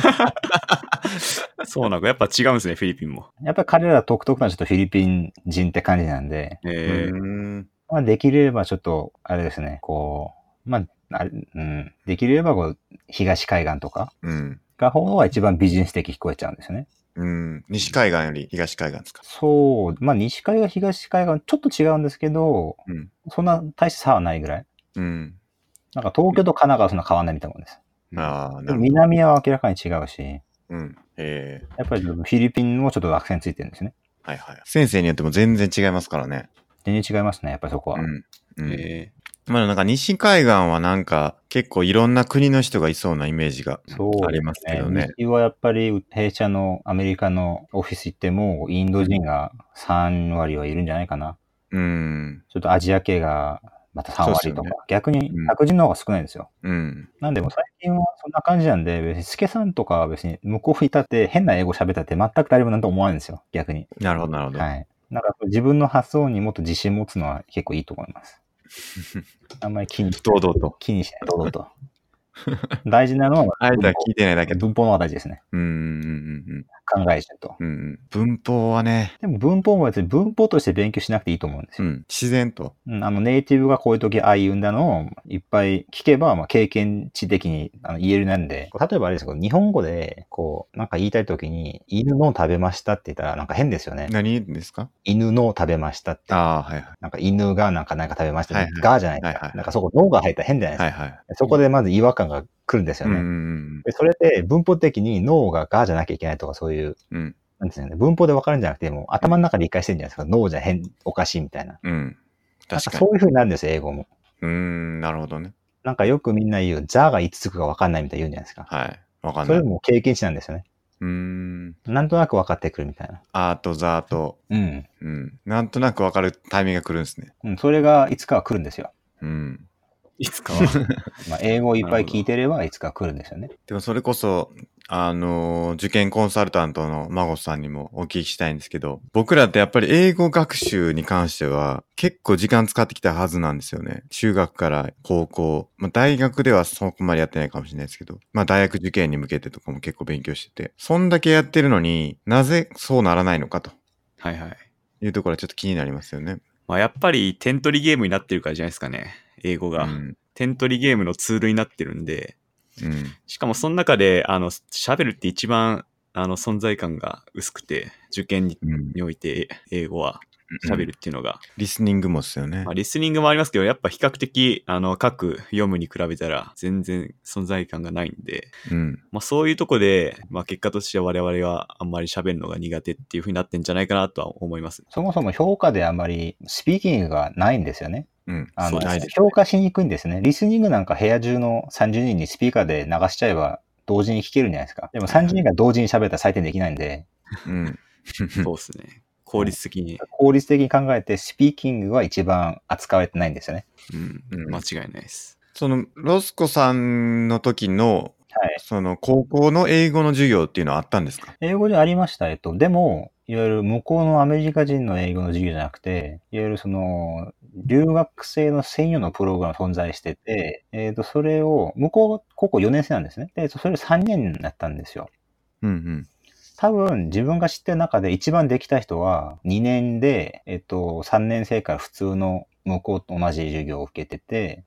そうなんか、やっぱ違うんですね、フィリピンも。 やっぱり彼ら独特なちょっとフィリピン人って感じなんで、まあできればちょっと、あれですね、こう、まあ、できればこう、東海岸とか、が方が一番ビジネス的聞こえちゃうんですよね。 西海岸より東海岸ですか？ そう。まあ西海岸、東海岸、ちょっと違うんですけど、そんな大した差はないぐらい。なんか東京と神奈川はそんな変わんないみたいなもんです。 なるほど。 南は明らかに違うし、やっぱりフィリピンもちょっとアクセントついてるんですね。 はいはい。先生によっても全然違いますからね。 全然違いますね、やっぱりそこは。 まあなんか西海岸はなんか結構いろんな国の人がいそうなイメージがありますけどね。 西はやっぱり弊社のアメリカのオフィス行ってもインド人が3割はいるんじゃないかな。ちょっとアジア系がまた3割とか。逆に白人の方が少ないんですよ。なんでも最近はそんな感じなんで、別にスケさんとかは別に向こういたって変な英語喋ったって全く誰もなんと思わないんですよ。逆に。 なるほどなるほど。 はい。なんか自分の発音にもっと自信持つのは結構いいと思います。あんまり気にしない。気にしない。堂々と。大事なのは、 あえては聞いてないだけ。 文法の方が大事ですね。考えちゃうと。 文法はね。 でも文法も別に文法として勉強しなくていいと思うんですよ。 自然と。 ネイティブがこういう時ああ言うんだのをいっぱい聞けば、まあ経験値的に言えるなんで、例えばあれですけど、日本語でこう、なんか言いたい時に、犬の食べましたって言ったらなんか変ですよね。 何ですか？ 犬の食べましたって。 はいはい。 なんか犬がなんか食べましたって。がじゃないですか。なんかそこ、脳が入ったら変じゃないですか。はいはい。そこでまず違和感が来るんですよね。でそれで文法的に脳ががじゃなきゃいけないとかそういう、なんですよね。文法で分かるんじゃなくても、頭の中で理解してるんじゃないですか。脳じゃおかしいみたいな。確かに。そういう風になるんですよ、英語も。 なるほどね。 なんかよくみんな言う、ザがいつつくか分かんないみたいな言うんじゃないですか。 はい。分かんない。 それも経験値なんですよね。なんとなく分かってくるみたいな。 アーとザーと。なんとなく分かるタイミングが来るんですね。 それがいつかは来るんですよ。 いつかは。 まあ英語をいっぱい聞いてればいつかは来るんですよね。 でもそれこそ、受験コンサルタントの孫さんにもお聞きしたいんですけど、僕らってやっぱり英語学習に関しては結構時間使ってきたはずなんですよね。中学から高校、まあ大学ではそこまでやってないかもしれないですけど、まあ大学受験に向けてとかも結構勉強してて、そんだけやってるのになぜそうならないのかと。 はいはい。 いうところはちょっと気になりますよね。 まあやっぱり点取りゲームになってるからじゃないですかね。英語が。点取りゲームのツールになってるんで、しかもその中で喋るって一番存在感が薄くて、受験において英語は喋るっていうのが、 リスニングもですよね。 まあ、リスニングもありますけど、やっぱ比較的書く読むに比べたら全然存在感がないんで、まあ、そういうとこで、まあ、結果として我々はあんまり喋るのが苦手っていう風になってんじゃないかなとは思います。 そもそも評価であまりスピーキングがないんですよね。 そうですね。 評価しにくいんですね。リスニングなんか部屋中の30人にスピーカーで流しちゃえば同時に聞けるんじゃないですか。でも30人が同時に喋ったら採点できないんで。 そうですね。効率的に考えてスピーキングは一番扱われてないんですよね。 間違いないです。 そのロスコさんの時の、その高校の英語の授業っていうのはあったんですか？ 英語でありました。でも、いわゆる向こうのアメリカ人の英語の授業じゃなくて、いわゆるその、留学生の専用のプログラムが存在してて、それを、向こう、高校4年生なんですね。で、それ3年になったんですよ。多分、自分が知ってる中で一番できた人は、2年で、3年生から普通の向こうと同じ授業を受けてて、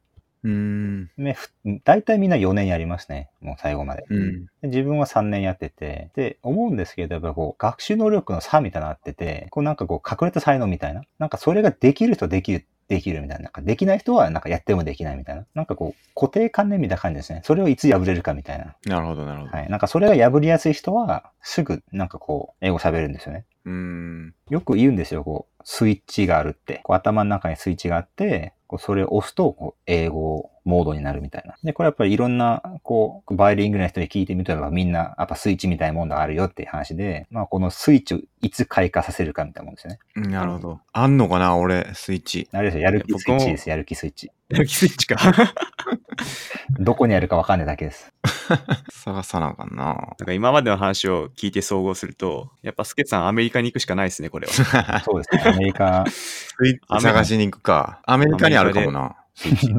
大体みんな4年やりますね。もう最後まで。で自分は3年やってて、で、思うんですけど、やっぱこう、学習能力の差みたいなのあってて、こうなんかこう、隠れた才能みたいな。なんかそれができる人できるみたいな。なんかできない人はなんかやってもできないみたいな。なんかこう、固定観念みたいな感じですね。それをいつ破れるかみたいな。 なるほど、なるほど。 はい。なんかそれが破りやすい人は、すぐなんかこう、英語喋るんですよね。よく言うんですよ、こう、スイッチがあるって。こう頭の中にスイッチがあって、こうそれを押すと、こう英語モードになるみたいな。で、これやっぱりいろんな、こう、バイリングな人に聞いてみたらみんな、やっぱスイッチみたいなものがあるよっていう話で、まあこのスイッチをいつ開花させるかみたいなもんですよね。 なるほど。あんのかな、俺、スイッチ。 あれですよ、やる気スイッチです、やる気スイッチ。 やる気スイッチか。 どこにあるかわかんないだけです。 探さなあかんな。 なんか今までの話を聞いて総合すると、やっぱスケさんアメリカに行くしかないですね、これは。 そうですね。アメリカ。 スイッチ探しに行くか。アメリカにあるかもな。スイッチ。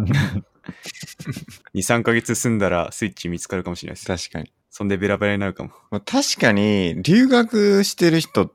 2、3ヶ月住んだらスイッチ見つかるかもしれないです。 確かに。 そんでベラベラになるかも。 まあ、確かに、留学してる人って、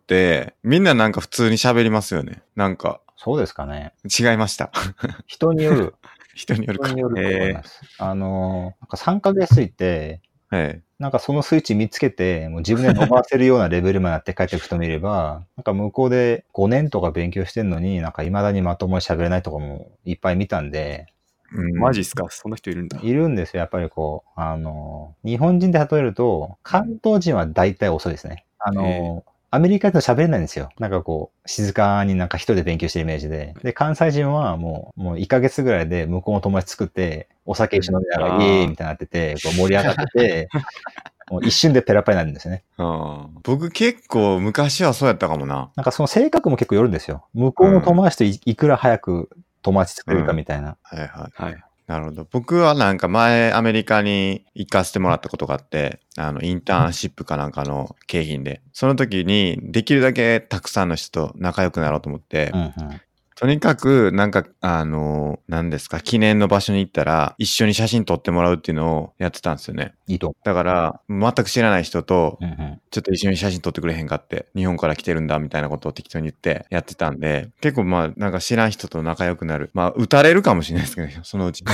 みんななんか普通に喋りますよね。なんか。 そうですかね。 違いました。 人による。 人によるか。 人によると思います。なんか3ヶ月いて、 はい。 なんかそのスイッチ見つけて、もう自分で伸ばせるようなレベルまでやって帰っていく人もいれば、なんか向こうで5年とか勉強してんのに、なんか未だにまともに喋れないとかもいっぱい見たんで、 マジっすか？そんな人いるんだ。 いるんですよ。やっぱりこう、日本人で例えると、関東人は大体遅いですね。アメリカだと喋れないんですよ。なんかこう、静かになんか一人で勉強してるイメージで。で、関西人はもう1ヶ月ぐらいで向こうの友達作って、お酒一緒に飲みながら、イエーイみたいになってて、こう盛り上がってて、もう一瞬でペラペラになるんですよね。 僕結構昔はそうやったかもな。 なんかその性格も結構よるんですよ。向こうの友達といくら早く友達作れるかみたいな。 はいはい。 はい。 なるほど。僕はなんか前アメリカに行かせてもらったことがあって、インターンシップかなんかの景品で、その時にできるだけたくさんの人と仲良くなろうと思って、とにかくなんか、何ですか、記念の場所に行ったら一緒に写真撮ってもらうっていうのをやってたんですよね。 いいと。 だから、全く知らない人と、ちょっと一緒に写真撮ってくれへんかって、日本から来てるんだみたいなことを適当に言ってやってたんで、結構まあ、なんか知らん人と仲良くなる。まあ、撃たれるかもしれないですけど、そのうち。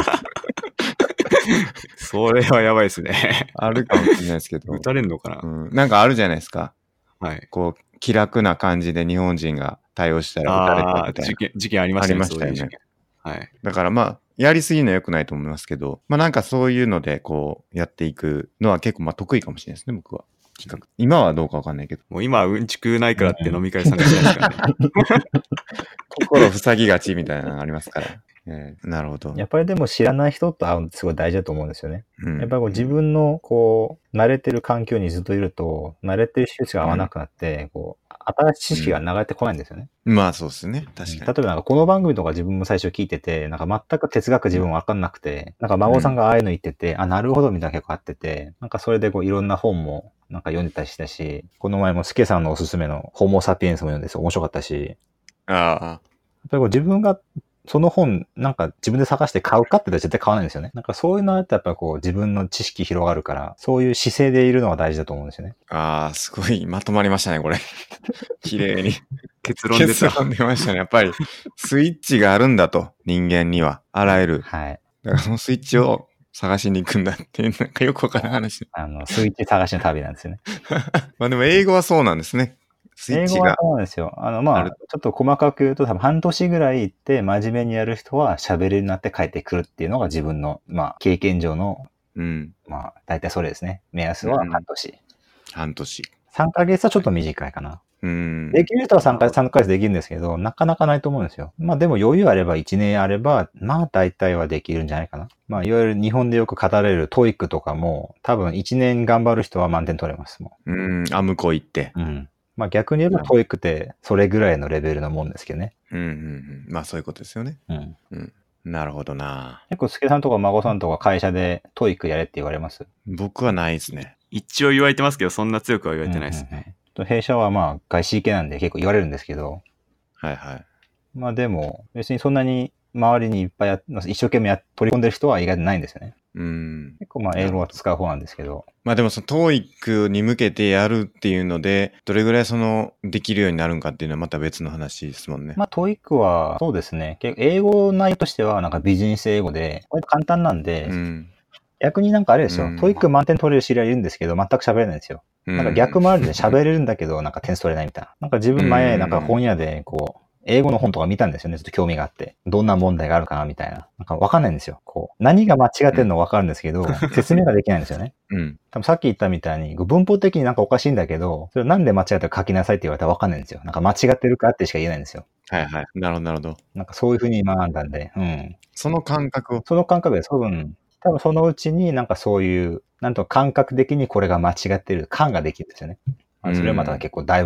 それはやばいですね。 あるかもしれないですけど。 撃たれんのかな？ なんかあるじゃないですか。 はい。 こう、気楽な感じで日本人が対応したら撃たれたみたいな。 事件ありましたね。 ありましたよね。 はい。 だからまあ、やりすぎるのは良くないと思いますけど、まあなんかそういうのでこう、やっていくのは結構まあ得意かもしれないですね、僕は。今はどうかわかんないけど。 もう今はうんちくないからって飲み会参加しないですからね。 心塞ぎがちみたいなのありますから。なるほど。 やっぱりでも知らない人と会うのってすごい大事だと思うんですよね。やっぱりこう自分分のこう、慣れてる環境にずっといると、慣れてる施設が合わなくなって、こう、新しい知識が流れてこないんですよね。 まあそうですね。確かに。 例えばなんかこの番組とか自分も最初聞いてて、なんか全く哲学自分わかんなくて、なんか孫さんがああいうの言ってて、あ、なるほどみたいな結構あってて、なんかそれでこういろんな本もなんか読んでたりしたし、この前もスケさんのおすすめのホモサピエンスも読んで面白かったし、やっぱりこう自分がその本、なんか自分で探して買うかって言ったら絶対買わないんですよね。なんかそういうのあってやっぱこう自分の知識広がるから、そういう姿勢でいるのが大事だと思うんですよね。 すごいまとまりましたね、これ。綺麗に。 結論出ましたね。やっぱり、スイッチがあるんだと、人間には。あらゆる。 はい。 だからそのスイッチを探しに行くんだっていう、なんかよくわからない話。 スイッチ探しの旅なんですよね。 まあでも英語はそうなんですね。スイッチが。 英語はそうなんですよ。まあ、ちょっと細かく言うと多分半年ぐらい行って真面目にやる人は喋れるようになって帰ってくるっていうのが自分の、まあ、経験上の、まあ、大体それですね。目安は半年。 半年。 3ヶ月はちょっと短いかな。 できる人は3ヶ月できるんですけど、なかなかないと思うんですよ。まあでも余裕あれば1年あれば、まあ大体はできるんじゃないかな。まあいわゆる日本でよく語られるトイックとかも、多分1年頑張る人は満点取れます。もう。向こう行って。 まあ逆に言えばトイックってそれぐらいのレベルのもんですけどね。 まあそういうことですよね。なるほどな。 結構助さんとか孫さんとか会社でトイックやれって言われます？ 僕はないですね。 一応言われてますけど、そんな強くは言われてないですね。 弊社はまあ外資系なんで結構言われるんですけど。 はいはい。 まあでも別にそんなに周りにいっぱい一生懸命取り込んでる人は意外とないんですよね。結構まあ英語は使う方なんですけど。 まあでもその TOEIC に向けてやるっていうので、どれぐらいできるようになるんかっていうのはまた別の話ですもんね。 まあ TOEIC はそうですね。英語内容としてはなんかビジネス英語で、これ簡単なんで、逆になんかあれですよ。TOEIC 満点取れる知り合いいるんですけど、全く喋れないんですよ。なんか逆もあるんで喋れるんだけど、なんか点数取れないみたいな。なんか自分前、なんか本屋でこう、英語の本とか見たんですよね。ちょっと興味があって。どんな問題があるかなみたいな。なんかわかんないんですよ。こう、何が間違ってるのわかるんですけど、説明ができないんですよね。多分さっき言ったみたいに、文法的になんかおかしいんだけど、それなんで間違ってるか書きなさいって言われたらわかんないんですよ。なんか間違ってるかってしか言えないんですよ。 はいはい。なるほどなるほど。 なんかそういう風に学んだんで、 その感覚を。 その感覚で多分そのうちになんかそういう、なんと感覚的にこれが間違ってる感ができるんですよね。それはまた結構だいぶ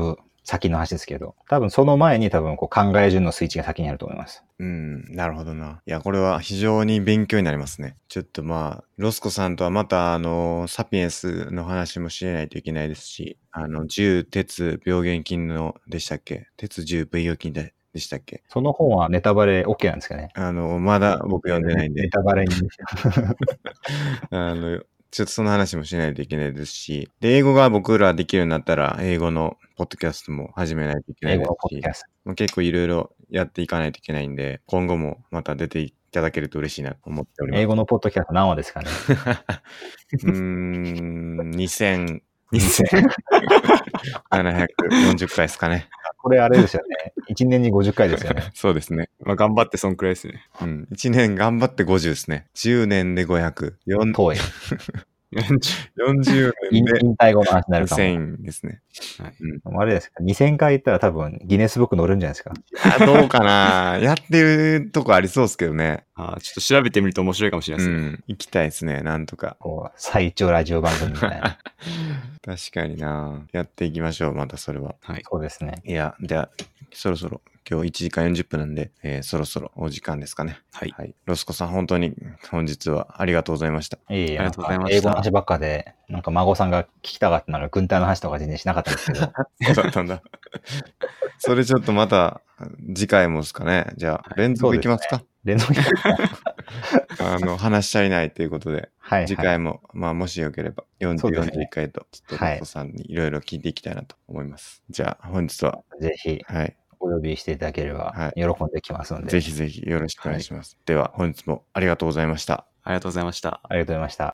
先の話ですけど、多分その前に多分こう考え順のスイッチが先にあると思います。 なるほどな。いや、これは非常に勉強になりますね。ちょっとまあ、ロスコさんとはまたサピエンスの話もしれないといけないですし、重鉄病原菌のでしたっけ？鉄重病原菌でしたっけ？ その本はネタバレ OK なんですかね？ まだ僕読んでないんで。 ネタバレに。 ちょっとその話もしないといけないですし、で、英語が僕らできるようになったら、英語のポッドキャストも始めないといけないです英語のポッドしキャスト。 まあ、結構いろいろやっていかないといけないんで、今後もまた出ていただけると嬉しいなと思っております。 英語のポッドキャスト何話ですかね？ 2740 2740 回ですかね。 これあれですよね。1年に50回ですよね。 そうですね。 まあ、頑張ってそんくらいですね。 1年頑張って50ですね。10年で500。 遠い。 40年で引退後の話になるかも。 2000ですね。 あれですか、2000回行ったら多分ギネスブック乗るんじゃないですか。 どうかなやってるとこありそうですけどね。 ちょっと調べてみると面白いかもしれないですね。 行きたいですね、なんとか。 こう、最長ラジオ番組みたいな。 確かになやっていきましょう、またそれは。 はい。 そうですね。 いや、じゃあ、そろそろ、今日1時間40分なんで、そろそろお時間ですかね。 はい。 ロスコさん、本当に本日はありがとうございました。 いえいえ、 ありがとうございました英語の話ばっかで、なんか孫さんが聞きたかったのが軍隊の話とか全然しなかったんですけど。 そうだったんだ。それちょっとまた、次回もですかね。じゃあ、連続いきますか。 連続話し足りないということで、 はい。 次回も、まあ、もしよければ、40、41回と、ちょっとロスコさんにいろいろ聞いていきたいなと思います。じゃあ、本日は、 ぜひ、お呼びしていただければ、喜んできますので。 ぜひぜひよろしくお願いします。では、本日もありがとうございました。 ありがとうございました。 ありがとうございました。